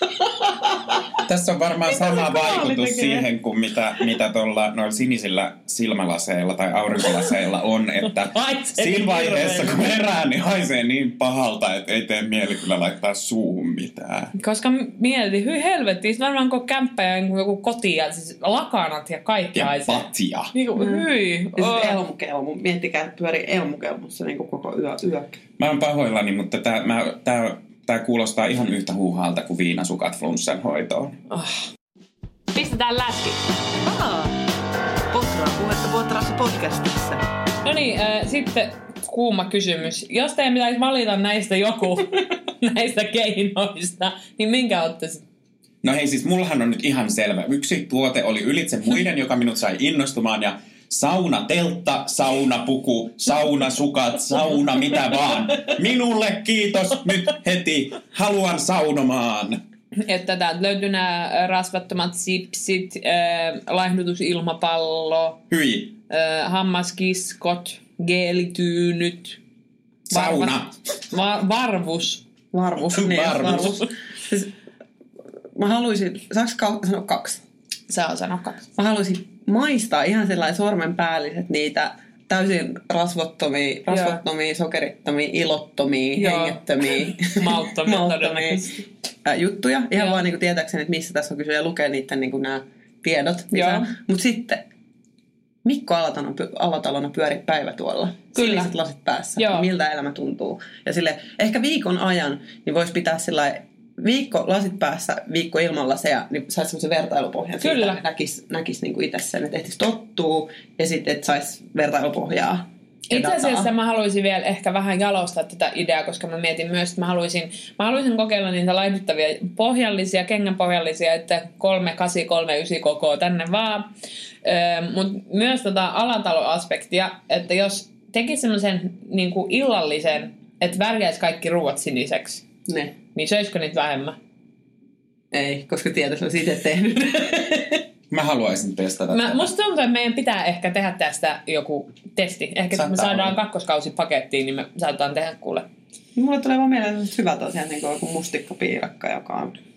Speaker 4: Tässä on varmaan sama vaikutus siihen, kuin mitä, mitä tuolla noilla sinisillä silmälaseilla tai aurinkolaseilla on, että siinä vaiheessa, kun herää, niin haisee niin pahalta, että ei tee mieli kyllä laittaa suuhun mitään.
Speaker 3: Koska mieli, hyi helvetti, varmaan kun kämppä ja joku koti ja siis lakanat ja kaikki
Speaker 4: ja
Speaker 3: haisee.
Speaker 4: Ja patja.
Speaker 3: Niin kuin, hyi.
Speaker 1: Ja sitten elmukelmu. Miettikää, että pyörii elmukelmussa niin kuin koko yö, yö.
Speaker 4: Mä oon pahoillani, mutta tää, mä, tää, tää kuulostaa ihan yhtä huuhaalta kuin viinasukat flunssan hoitoon.
Speaker 3: Oh. Pistetään läski.
Speaker 1: Aa, Potraa puhetta Potrassa podcastissa.
Speaker 3: No niin, äh, sitten kuuma kysymys. Jos teidän pitäisi valita näistä joku, näistä keinoista, niin minkä ottaisit?
Speaker 4: No hei, siis mullahan on nyt ihan selvä. Yksi tuote oli ylitse muiden, joka minut sai innostumaan, ja saunateltta, saunapuku, saunasukat, sauna mitä vaan. Minulle kiitos nyt heti. Haluan saunomaan.
Speaker 3: Että täältä löytyy nämä rasvattomat sipsit, äh, laihdutusilmapallo,
Speaker 4: Hyi.
Speaker 3: Äh, hammaskiskot, geelityynyt,
Speaker 4: Sauna.
Speaker 3: Va- varvus.
Speaker 1: Varvus. Niin,
Speaker 4: Varvus.
Speaker 1: varvus. Siis, mä haluaisin, saaks ka- sanoa kaksi?
Speaker 3: Saa sanoa kaksi.
Speaker 1: Mä haluaisin maistaa ihan sellainen sormenpäälliset niitä täysin rasvottomia, rasvottomia, sokerittomia, ilottomia,
Speaker 3: Joo.
Speaker 1: hengettömiä,
Speaker 3: Mauttomia,
Speaker 1: mauttomia juttuja. Ihan Joo. vaan niin kuin tietääkseni, että missä tässä on kysyä ja lukee niiden niin kuin nämä tiedot. Mutta sitten Mikko Alatalona, Alatalona pyöri päivä tuolla.
Speaker 3: Kyllä.
Speaker 1: Siniset lasit päässä.
Speaker 3: Joo.
Speaker 1: Miltä elämä tuntuu. Ja sille ehkä viikon ajan niin voisi pitää sillä viikko lasit päässä, viikko ilman laseja, niin saisi semmoisen vertailupohjan
Speaker 3: Kyllä.
Speaker 1: siitä, että näkisi, näkisi niin kuin itse sen, että ehtisi tottua ja sitten, että saisi vertailupohjaa.
Speaker 3: Itse asiassa mä haluaisin vielä ehkä vähän jalostaa tätä ideaa, koska mä mietin myös, että mä haluaisin, mä haluaisin kokeilla niitä laihduttavia pohjallisia, kengänpohjallisia, että kolme kahdeksan kolme yhdeksän koko tänne vaan. Öö, Mutta myös tota alataloaspektia, että jos tekisi semmoisen niin kuin illallisen, että värjäisi kaikki ruuat siniseksi,
Speaker 1: Ne.
Speaker 3: niin söisikö niitä vähemmän?
Speaker 1: Ei, koska tietysti olisi itse tehnyt.
Speaker 4: Mä haluaisin testata
Speaker 3: Mä,
Speaker 4: tätä.
Speaker 3: musta tuntuu, että meidän pitää ehkä tehdä tästä joku testi. Ehkä kun me saadaan olla. kakkoskausi pakettiin, niin me saadaan tehdä kuule.
Speaker 1: Mulle tulee vaan mieleen sellaiset hyvät asiat, niin kuin joku mustikkapiirakka, joka on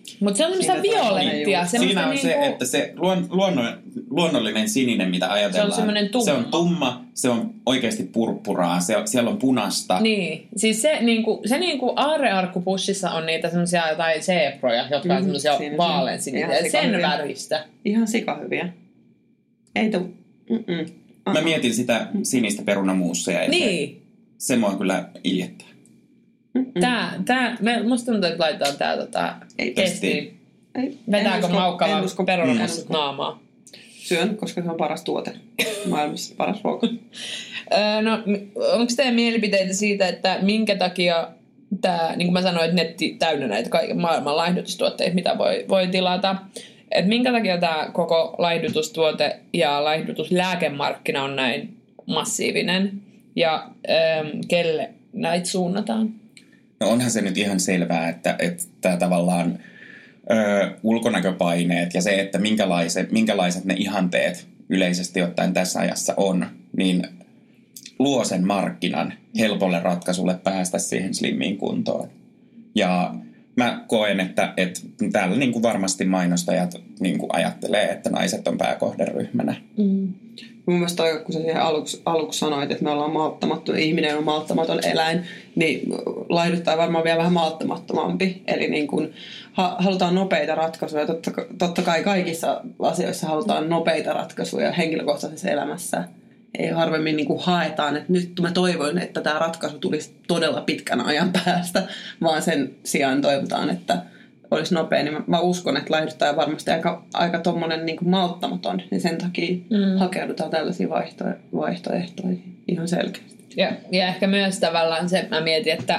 Speaker 3: Mutta se on semmoista violettia.
Speaker 4: Siinä on
Speaker 3: niinku...
Speaker 4: se, että se luon, luonnon, luonnollinen sininen, mitä ajatellaan.
Speaker 3: Se on semmoinen tumma.
Speaker 4: Se on tumma, se on oikeasti purppuraa, se, siellä on punasta.
Speaker 3: Niin, siis se niinku, se niinku aarrearkkupussissa on niitä semmoisia jotain zeebroja, jotka mm, on semmoisia vaaleansinisiä. Sen väristä.
Speaker 1: Ihan sikahyviä. Ei tuu.
Speaker 4: Mä mietin sitä sinistä perunamuusseja ja
Speaker 3: niin.
Speaker 4: se, se mua kyllä iljettää.
Speaker 3: Tää, tää, me, musta tuntuu, että laitetaan tää tota, testiin. Vetääkö maukkavan perunamussut naamaa?
Speaker 1: Syön, koska se on paras tuote. Maailmassa paras ruoka.
Speaker 3: No, onko teidän mielipiteitä siitä, että minkä takia tää, niin kuin mä sanoin, että netti täynnä näitä kaiken maailman laihdutustuotteita, mitä voi, voi tilata. Että minkä takia tämä koko laihdutustuote ja laihdutuslääkemarkkina on näin massiivinen ja ähm, kelle näitä suunnataan?
Speaker 4: No onhan se nyt ihan selvää, että, että tämä tavallaan ö, ulkonäköpaineet ja se, että minkälaiset, minkälaiset ne ihanteet yleisesti ottaen tässä ajassa on, niin luo sen markkinan helpolle ratkaisulle päästä siihen slimmiin kuntoon. Ja mä koen, että, että täällä niin kuin varmasti mainostajat niin kuin ajattelee, että naiset on pääkohderyhmänä.
Speaker 1: Mm. Mun mielestä toi, kun sä siihen aluksi, aluksi sanoit, että me ollaan malttamattu, ihminen on malttamaton eläin, niin laihduttaa varmaan vielä vähän malttamattomampi. Eli niin kun halutaan nopeita ratkaisuja. Totta, totta kai kaikissa asioissa halutaan nopeita ratkaisuja henkilökohtaisessa elämässä. Ei harvemmin niin kuin haetaan, että nyt mä toivon, että tämä ratkaisu tulisi todella pitkän ajan päästä, vaan sen sijaan toivotaan, että olisi nopea. Niin mä, mä uskon, että laihduttaja varmasti aika, aika tommonen niin kuin malttamaton, niin sen takia mm. hakeudutaan tällaisiin vaihto, vaihtoehtoihin ihan selkeästi.
Speaker 3: Ja, ja ehkä myös tavallaan se, mä mietin, että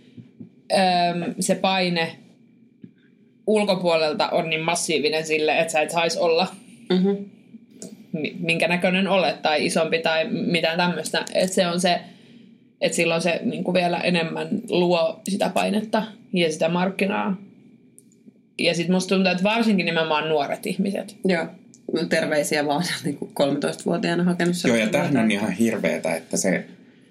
Speaker 3: äm, se paine ulkopuolelta on niin massiivinen sille, että sä et saisi olla mm-hmm. minkä näköinen olet tai isompi tai mitään tämmöistä. Että se on se, että silloin se niin kuin vielä enemmän luo sitä painetta ja sitä markkinaa. Ja sitten musta tuntuu, että varsinkin nimenomaan nuoret ihmiset.
Speaker 1: Joo, terveisiä vaan niin kuin kolmetoistavuotiaana hakenut.
Speaker 4: Joo, ja tämähän on ihan hirveetä, että se,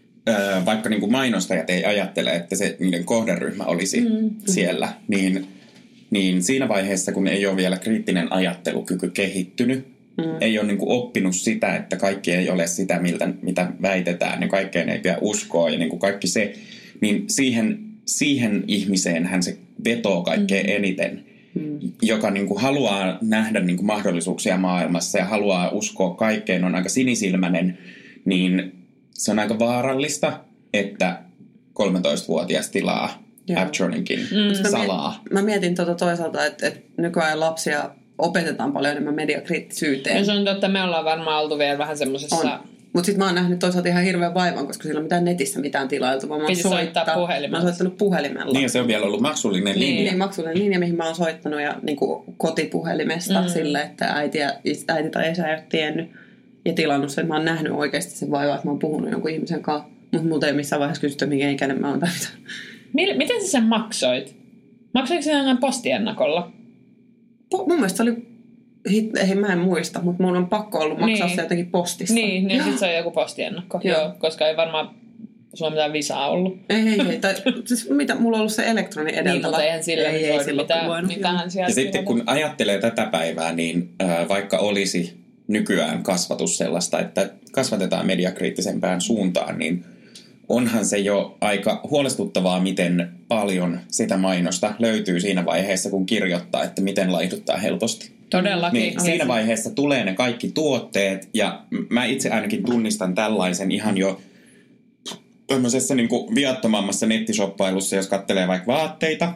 Speaker 4: vaikka niin kuin mainostajat ei ajattele, että se niiden kohderyhmä olisi mm. siellä, niin, niin siinä vaiheessa, kun ei ole vielä kriittinen ajattelukyky kehittynyt, mm. ei ole niin kuin oppinut sitä, että kaikki ei ole sitä, miltä, mitä väitetään, ja kaikkeen ei pidä uskoa, ja niin kuin kaikki se, niin siihen, siihen ihmiseenhän se vetoo kaikkein mm. eniten, mm. joka niin kuin haluaa nähdä niin kuin mahdollisuuksia maailmassa ja haluaa uskoa kaikkeen, on aika sinisilmäinen, niin se on aika vaarallista, että kolmetoistavuotias tilaa Apptroninkin mm. salaa.
Speaker 1: Mä mietin tuota toisaalta, että, että nykyään lapsia opetetaan paljon enemmän mediakriittisyyteen.
Speaker 3: Ja se on totta, me ollaan varmaan oltu vielä vähän semmoisessa...
Speaker 1: Mutta sitten mä oon nähnyt toisaalta ihan hirveän vaivan, koska sillä on mitään netissä mitään tilailtu. Mä
Speaker 3: Piti soittaa puhelimella.
Speaker 1: Mä oon soittanut puhelimella.
Speaker 4: Niin, ja se on vielä ollut maksullinen
Speaker 1: niin,
Speaker 4: linja.
Speaker 1: Niin, maksullinen linja, mihin mä oon soittanut ja niin kuin kotipuhelimesta mm. sille, että äiti, ja, äiti tai isä ei ole tiennyt ja tilannut sen. Mä oon nähnyt oikeasti sen vaivaa, että mä oon puhunut jonkun ihmisen kanssa. Mutta multa ei missään vaiheessa kysytty, minkä ikäinen mä oon tai
Speaker 3: mitä. Miten sä sen maksoit? Maksoiko se jonain postiennakolla?
Speaker 1: Po- mun mielestä se oli... Ei, mä en muista, mutta mun on pakko ollut maksaa niin. se jotenkin postissa.
Speaker 3: Niin, niin sitten se on joku postiennakko. Joo. Joo, koska ei varmaan sulla mitään visaa ollut.
Speaker 1: Ei, ei, ei. Tai, siis mitä, mulla on ollut se elektroni edeltävä.
Speaker 3: Niin, mutta eihän sillä ei, ei, ei mitään, mitään
Speaker 4: ja sitten kun ajattelee tätä päivää, niin äh, vaikka olisi nykyään kasvatus sellaista, että kasvatetaan mediakriittisempään suuntaan, niin onhan se jo aika huolestuttavaa, miten paljon sitä mainosta löytyy siinä vaiheessa, kun kirjoittaa, että miten laihduttaa helposti.
Speaker 3: Todellakin.
Speaker 4: Niin siinä vaiheessa tulee ne kaikki tuotteet, ja mä itse ainakin tunnistan tällaisen ihan jo tämmöisessä niin kuin viattomammassa nettishoppailussa, jos katselee vaikka vaatteita,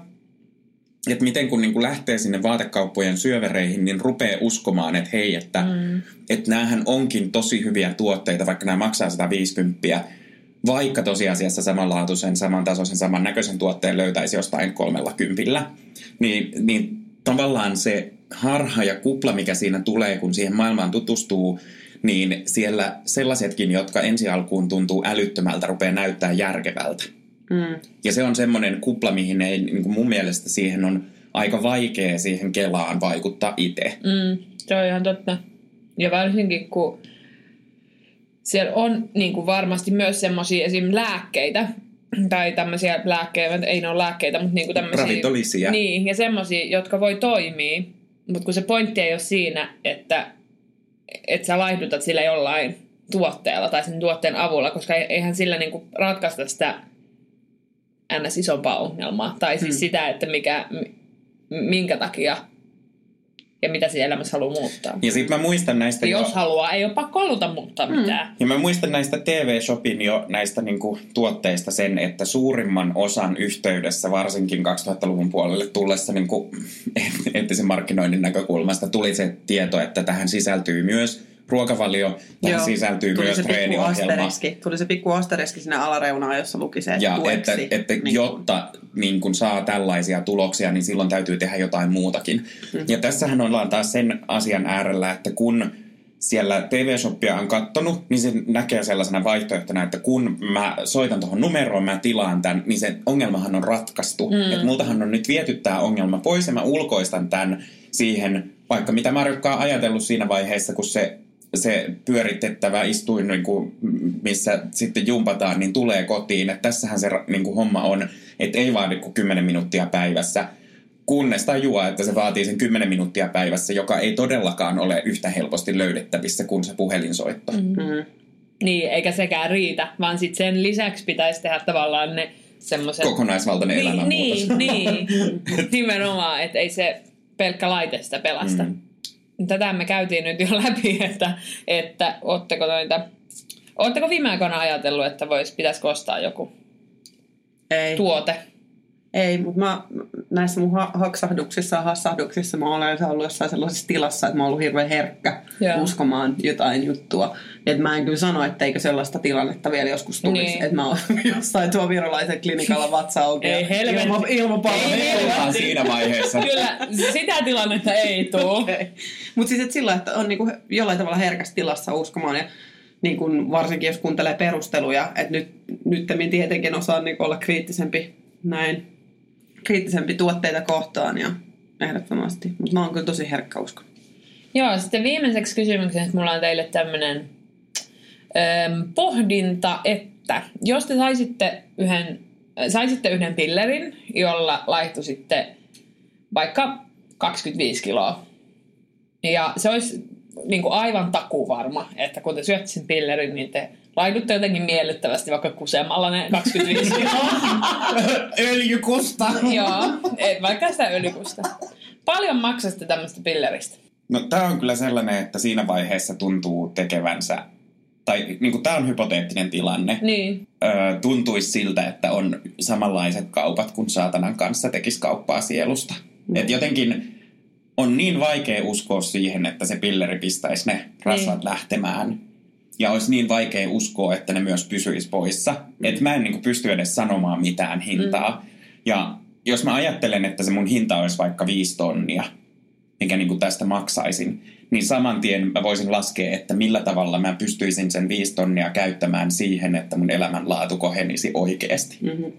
Speaker 4: että miten kun niin kuin lähtee sinne vaatekauppojen syövereihin, niin rupeaa uskomaan, että hei, että, mm. että näähän onkin tosi hyviä tuotteita, vaikka nämä maksaa sata viisikymmentä, vaikka tosiasiassa samanlaatuisen, samantasoisen, samannäköisen tuotteen löytäisi jostain kolmella kympillä, niin, niin tavallaan se harha ja kupla, mikä siinä tulee, kun siihen maailmaan tutustuu, niin siellä sellaisetkin, jotka ensi alkuun tuntuu älyttömältä, rupeaa näyttää järkevältä. Mm. Ja se on semmoinen kupla, mihin ei, niin kuin mun mielestä siihen on aika vaikea siihen kelaan vaikuttaa itse.
Speaker 3: Mm, se on ihan totta. Ja varsinkin, kun siellä on niin kuin varmasti myös semmoisia esim. Lääkkeitä, tai tämmöisiä lääkkeitä, ei ne ole lääkkeitä, mutta niinku tämmöisiä.
Speaker 4: Ravitolisia.
Speaker 3: Niin, ja semmoisia, jotka voi toimia, mutta kun se pointti ei ole siinä, että, että sä laihdutat sillä jollain tuotteella tai sen tuotteen avulla, koska eihän sillä niinku ratkaista sitä ns. Isompaa ongelmaa. Tai siis hmm. sitä, että mikä, minkä takia ja mitä siinä elämässä haluaa muuttaa.
Speaker 4: Ja sit mä muistan näistä
Speaker 3: jos
Speaker 4: jo...
Speaker 3: haluaa, ei ole pakko haluta muuttaa hmm. mitään.
Speaker 4: Ja mä muistan näistä T V-shopin jo näistä niinku tuotteista sen, että suurimman osan yhteydessä, varsinkin kaksituhattaluvun puolelle tullessa niinku, eettisen markkinoinnin näkökulmasta, tuli se tieto, että tähän sisältyy myös ruokavalio, tähän Joo. sisältyy
Speaker 1: tuli
Speaker 4: myös treeniohjelma.
Speaker 1: Tuli se pikku asteriski sinne alareunaan, jossa luki se
Speaker 4: ja
Speaker 1: tueksi.
Speaker 4: Että, että
Speaker 1: niin
Speaker 4: jotta niin kun saa tällaisia tuloksia, niin silloin täytyy tehdä jotain muutakin. Mm-hmm. Ja tässähän ollaan taas sen asian äärellä, että kun siellä T V-shoppia on kattonut, niin se näkee sellaisena vaihtoehtona, että kun mä soitan tuohon numeroon, mä tilaan tämän, niin se ongelmahan on ratkaistu. Mm. Että multahan on nyt viety tämä ongelma pois ja mä ulkoistan tämän siihen, vaikka mitä mä oon ajatellut siinä vaiheessa, kun se se pyöritettävä istuin, niin kuin, missä sitten jumpataan, niin tulee kotiin. Että tässähän se niin kuin, homma on, että ei vaadi kuin kymmenen minuuttia päivässä, kunnes tajua, että se vaatii sen kymmenen minuuttia päivässä, joka ei todellakaan ole yhtä helposti löydettävissä kuin se puhelinsoitto.
Speaker 3: Mm-hmm. Niin, eikä sekään riitä, vaan sitten sen lisäksi pitäisi tehdä tavallaan ne semmoiset...
Speaker 4: Kokonaisvaltainen
Speaker 3: niin,
Speaker 4: elämänmuutos.
Speaker 3: Niin, niin. Nimenomaan, että ei se pelkkä laite sitä pelasta. Mm. Tätä me käytiin nyt jo läpi, että, että ootteko noita, ootteko viime aikoina ajatellut, että vois, pitäisikö ostaa joku
Speaker 1: ei.
Speaker 3: tuote?
Speaker 1: Ei, mutta mä näissä mun ha- haksahduksissa ja hassahduksissa mä olen ollut jossain sellaisessa tilassa, että mä oon ollut hirveän herkkä Joo. uskomaan jotain juttua. Että mä en kyllä sano, että eikö sellaista tilannetta vielä joskus tulisi. Niin. Että mä oon jossain tuo virolaisen klinikalla vatsa auki.
Speaker 3: Ei helvetti. Ilma,
Speaker 1: ilmapallo.
Speaker 4: Siinä vaiheessa.
Speaker 3: Kyllä, sitä tilannetta ei tule.
Speaker 1: Okay. Mutta siis et sillä, että on niinku jollain tavalla herkässä tilassa uskomaan ja niin kun varsinkin jos kuuntelee perusteluja, että nyt, nyt tietenkin osaan niin olla kriittisempi näin. kriittisempi tuotteita kohtaan ja ehdottomasti. Mutta mä oon kyllä tosi herkkä usko.
Speaker 3: Joo, sitten viimeiseksi kysymykseksi, että mulla on teille tämmönen ähm, pohdinta, että jos te saisitte yhden, saisitte yhden pillerin, jolla laihtuisitte vaikka kaksikymmentäviisi kiloa. Ja se olisi niin kuin aivan takuvarma, että kun te syötte sen pillerin, niin te laihdutte jotenkin miellyttävästi vaikka kusemalla ne kaksikymmentäviisi kiloa.
Speaker 4: Öljykusta.
Speaker 3: Joo, et vaikka sitä öljykusta. Paljon maksaisitte tämmöistä pilleristä?
Speaker 4: No tää on kyllä sellainen, että siinä vaiheessa tuntuu tekevänsä, tai niin kuin tää on hypoteettinen tilanne.
Speaker 3: Niin.
Speaker 4: Ö, tuntuisi siltä, että on samanlaiset kaupat kuin saatanan kanssa tekisi kauppaa sielusta. Mm. Et jotenkin on niin vaikea uskoa siihen, että se pilleri pistäisi ne rasvat niin. lähtemään. Ja olisi niin vaikea uskoa, että ne myös pysyisi poissa. Mm. Että mä en niin kuin pysty edes sanomaan mitään hintaa. Mm. Ja jos mä ajattelen, että se mun hinta olisi vaikka viisi tonnia, mikä niin kuin tästä maksaisin, niin saman tien mä voisin laskea, että millä tavalla mä pystyisin sen viisi tonnia käyttämään siihen, että mun elämänlaatu kohenisi oikeasti.
Speaker 1: Mm-hmm.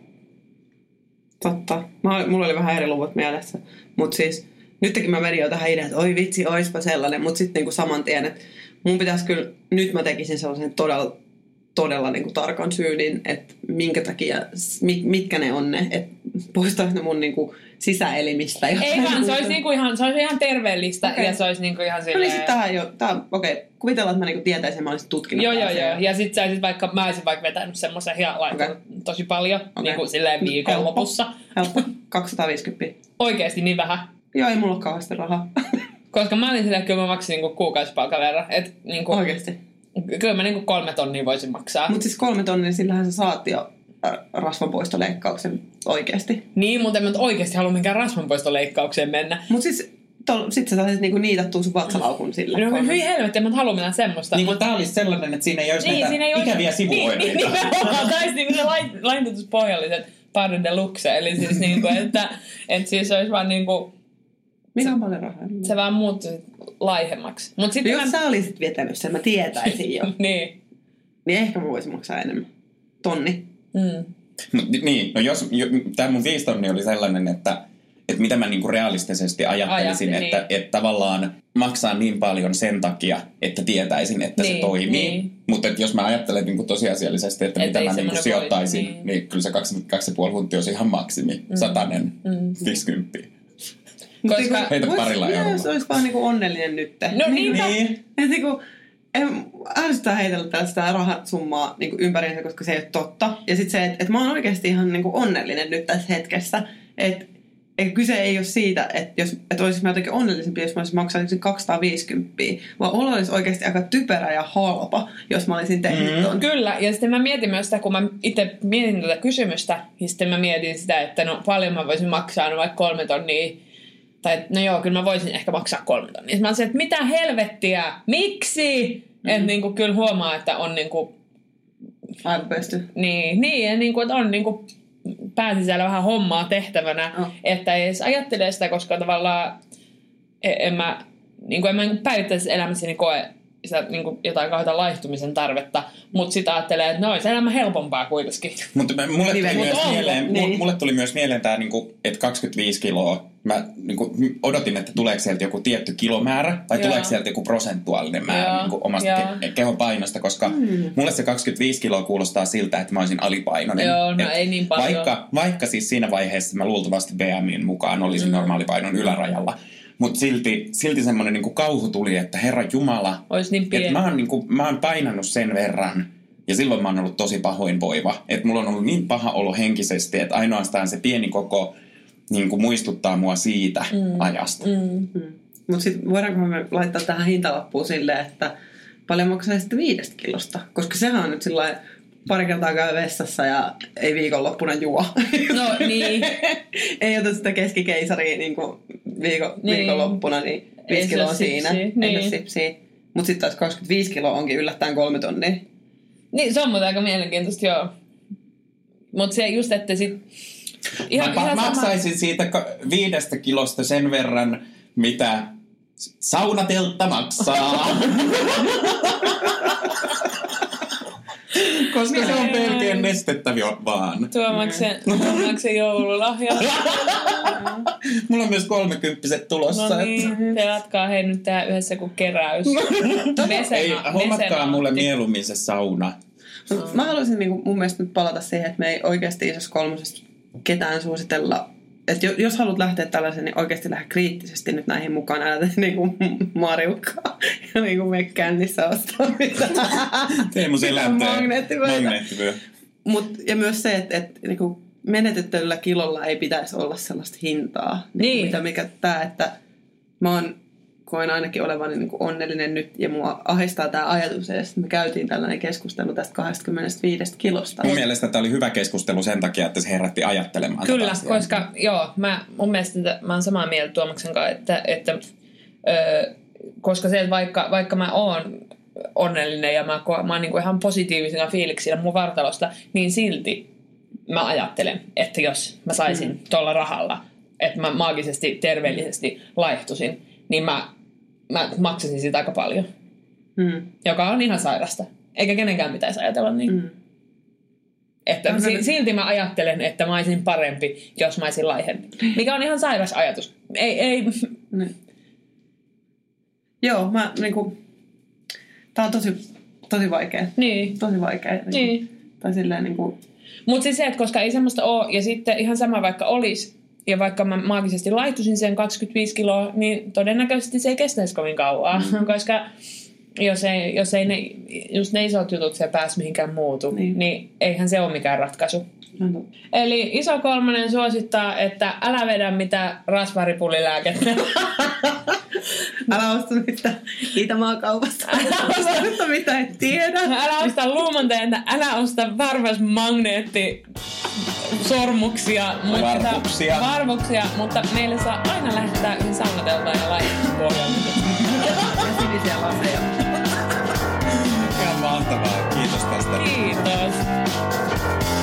Speaker 1: Totta. Mä, mulla oli vähän eri luvut mielessä. Mutta siis nytkin mä menin jo tähän ideaan, että oi vitsi, oispa sellainen. Mutta sitten niinku saman tien, että mun pitäisi kyllä, nyt mä tekisin sellaisen todella, todella niinku tarkan syydin, että minkä takia, mitkä ne on ne, että poistaisi ne mun niinku sisäelimistä.
Speaker 3: Ei vaan, se olisi, niinku ihan, se olisi ihan terveellistä okay. Ja se olisi niinku ihan silleen...
Speaker 1: No niin sit tähän jo, tää, okei, okay. Kuvitellaan, että mä niinku tietäisin, että mä olisin tutkinut.
Speaker 3: Joo, joo, joo. Ja sit sä olisit vaikka, mä olisin vaikka vetänyt semmoisen ja laittanut okay. tosi paljon, okay. Niinku silleen viikonlopussa.
Speaker 1: Helppo, kaksisataaviisikymmentä.
Speaker 3: Oikeesti niin vähän?
Speaker 1: Joo, ei mulla ole kauheasti rahaa.
Speaker 3: Koska mä olin silleen, että kyllä mä maksin niinku kuukausipalkan verran. Et, niinku,
Speaker 1: oikeesti?
Speaker 3: Kyllä mä niinku kolme tonnia voisin maksaa.
Speaker 1: Mut siis kolme tonnia, niin sillähän sä saat jo rasvanpoistoleikkauksen oikeesti.
Speaker 3: Niin, mutta en mä oikeesti halua minkään rasvanpoistoleikkaukseen mennä.
Speaker 1: Mut siis tol, sit sä saisit niinku niitattua sun vatsalaukun sillä.
Speaker 3: No hyi helvetti, en mä halua mitään semmoista.
Speaker 4: Niin kuin tää olisi sellainen, että siinä ei olisi
Speaker 3: niin,
Speaker 4: näitä
Speaker 3: ei
Speaker 4: ikäviä
Speaker 3: olisi...
Speaker 4: sivuoireita.
Speaker 3: Niin, niin, niin tää olisi niinku ne laintutuspohjalliset pardon de luxe. Eli siis niinku, että et siis olisi vaan niinku...
Speaker 1: Mikä on paljon rahaa?
Speaker 3: Se vaan muuttui laihemmaksi. Mut sit
Speaker 1: no
Speaker 3: mä...
Speaker 1: jos sä olisit vetänyt sen, mä tietäisin jo.
Speaker 3: niin.
Speaker 1: Niin ehkä mä voisin maksaa enemmän. Tonni.
Speaker 3: Mm.
Speaker 4: No, niin, no jos, jo, tää mun viisi tonni oli sellainen, että että mitä mä niinku realistisesti ajattelisin,
Speaker 3: Ajattelin,
Speaker 4: että,
Speaker 3: niin.
Speaker 4: että tavallaan maksaa niin paljon sen takia, että tietäisin, että
Speaker 3: niin,
Speaker 4: se toimii.
Speaker 3: Niin.
Speaker 4: Mutta jos mä ajattelen niinku tosiasiallisesti, että, että mitä mä niinku sijoittaisin,
Speaker 3: voi, niin.
Speaker 4: niin kyllä se kaksi, kaksi ja puoli huntia olisi ihan maksimi. Mm. Satanen, mm. viisikymppiä.
Speaker 3: Koska
Speaker 4: heitä
Speaker 1: vois,
Speaker 4: parilla eurolla.
Speaker 1: Jos olisi vaan niinku onnellinen nyt.
Speaker 3: No niin.
Speaker 4: Niin.
Speaker 1: Että niinku, ärsyttää heitellä tällaista rahasummaa niinku ympäriinsä, koska se ei ole totta. Ja sitten se, että et mä oon oikeasti ihan niinku onnellinen nyt tässä hetkessä. Että et kyse ei ole siitä, että jos et olisin mä jotenkin onnellisempi, jos mä olisin maksanut kaksisataaviisikymmentä. Vaan olo olisi oikeasti aika typerä ja halpa, jos mä olisin tehnyt
Speaker 3: mm.
Speaker 1: ton.
Speaker 3: Kyllä, ja sitten mä mietin myös sitä, kun mä itse mietin tätä kysymystä, niin sitten mä mietin sitä, että no paljon mä voisin maksaa no vaikka kolme tonnia. Tai no joo, kyllä mä voisin ehkä maksaa kolme tonnia. Mä olisin, että mitä helvettiä, miksi? Mm-hmm. Että niinku kyllä huomaa, että on niinku...
Speaker 1: Aivan pesty.
Speaker 3: Niin, niin ja niinku, että on niinku pääsisällä vähän hommaa tehtävänä, oh. että ei edes ajattele sitä, koska tavallaan en, en mä, niinku, en mä päivittäisessä elämässäni koe sitä, niinku, jotain kauheita laihtumisen tarvetta, mutta sitä ajattelee, että no, olisi elämä helpompaa kuitenkin.
Speaker 4: Mutta mulle,
Speaker 1: niin,
Speaker 4: tuli myös
Speaker 1: on,
Speaker 4: mieleen,
Speaker 1: niin.
Speaker 4: mulle tuli myös mieleen tämä, niinku, että kaksikymmentäviisi kiloa. Mä niinku, odotin, että tuleeko sieltä joku tietty kilomäärä tai Jaa. tuleeko sieltä joku prosentuaalinen määrä niinku, omasta ke- kehopainosta, koska mm. mulle se kaksikymmentäviisi kiloa kuulostaa siltä, että mä olisin alipainoinen.
Speaker 3: Joo, no ei niin paljon.
Speaker 4: Vaikka, vaikka siis siinä vaiheessa mä luultavasti B M I:n mukaan olisin mm. normaalipainon ylärajalla. Mutta silti, silti semmoinen niinku kauhu tuli, että Herra Jumala,
Speaker 3: niin
Speaker 4: että mä oon, niinku, mä oon painannut sen verran. Ja silloin mä oon ollut tosi pahoinvoiva. Että mulla on ollut niin paha olo henkisesti, että ainoastaan se pieni koko niinku muistuttaa mua siitä mm. ajasta.
Speaker 3: Mm.
Speaker 1: Mm. Mutta sitten voidaanko me laittaa tähän hintalappuun silleen, että paljon maksaa sitten viidestä kilosta? Koska sehän on nyt sillä pari kertaa käy vessassa ja ei viikonloppuna juo.
Speaker 3: No niin.
Speaker 1: Ei ota sitä keskikeisaria niin kuin viikon,
Speaker 3: niin.
Speaker 1: viikonloppuna, niin viisi kiloa siinä.
Speaker 3: Niin.
Speaker 1: Ei sipsiä. Mutta sitten taas kaksikymmentäviisi kiloa onkin yllättäen kolme tonnia.
Speaker 3: Niin, se on muuten aika mielenkiintoista, joo. Mutta se just, että sit...
Speaker 4: Ihan, mä ihan maksaisin sama... siitä viidestä kilosta sen verran, mitä saunateltta maksaa. Koska Mie... se on pelkää nestettä vaan.
Speaker 3: Tuomaksen, tuomaksen joululahja.
Speaker 4: Mulla on myös kolmekymppiset tulossa.
Speaker 3: No niin, pelatkaa hei nyt tää yhdessä kuin keräys. Mesena,
Speaker 4: ei, hommatkaa mulle mieluummin se sauna.
Speaker 1: Mm. Mä haluaisin niin kuin, mun mielestä nyt palata siihen, että me ei oikeasti isossa kolmosessa ketään suositella. Että jos haluat lähteä tällaisen, niin oikeasti lähde kriittisesti nyt näihin mukaan. Älä tee niin kuin Mariukkaa ja niin kuin mene kännissä ostaa mitään.
Speaker 4: Teemu selättää
Speaker 1: magneettivyö. Mut, ja myös se, että, että niin kuin menetetyllä kilolla ei pitäisi olla sellaista hintaa. Niin. Niin mitä mikä tää, että mä oon koen ainakin olevani niin kuin onnellinen nyt ja mua ahdistaa tämä ajatus edes. Me käytiin tällainen keskustelu tästä kaksikymmentäviisi kilosta.
Speaker 4: Mun mielestä tämä oli hyvä keskustelu sen takia, että se herätti ajattelemaan.
Speaker 3: Kyllä, koska joo, mä, mun mielestä että, mä oon samaa mieltä Tuomaksen kanssa, että, että ö, koska se, että vaikka, vaikka mä oon onnellinen ja mä, mä oon niin kuin ihan positiivisena fiiliksillä mun vartalosta, niin silti mä ajattelen, että jos mä saisin mm. tuolla rahalla, että mä maagisesti, terveellisesti laihtuisin, niin mä mä maksasin siitä aika paljon. Mm. Joka on ihan sairasta. Eikä kenenkään pitäisi ajatella niin. Mm. Että si- silti mä ajattelen, että mä olisin parempi, jos mä olisin laihempi. Mikä on ihan sairas ajatus. Ei, ei.
Speaker 1: Mm. Joo, mä niinku... Tää on tosi, tosi vaikea.
Speaker 3: Niin.
Speaker 1: Tosi vaikea. Niinku.
Speaker 3: Niin.
Speaker 1: Tai silleen niinku...
Speaker 3: Mut siis se, että koska ei semmoista oo, ja sitten ihan sama vaikka olisi, ja vaikka mä maagisesti laihtuisin sen kaksikymmentäviisi kiloa, niin todennäköisesti se ei kestäisi kovin kauan. Mm. Koska jos ei, jos ei ne, just ne isot jutut siellä päässä mihinkään muutu, niin. niin eihän se ole mikään ratkaisu. Mm. Eli iso kolmonen suosittaa, että älä vedä mitään rasvaripulilääkettä.
Speaker 1: Älä osta mitään Itämaakaupasta. Älä osta mitään, et tiedä.
Speaker 3: Älä osta luumonteenta, älä osta varvasmagneetti sormuksia,
Speaker 4: varvuksia.
Speaker 3: Mutta, varvuksia, mutta meille saa aina lähettää yhden saunateltaan ja laitospohjalta.
Speaker 1: Ja sinisiä laseja.
Speaker 4: Ihan mahtavaa. Kiitos tästä.
Speaker 3: Kiitos.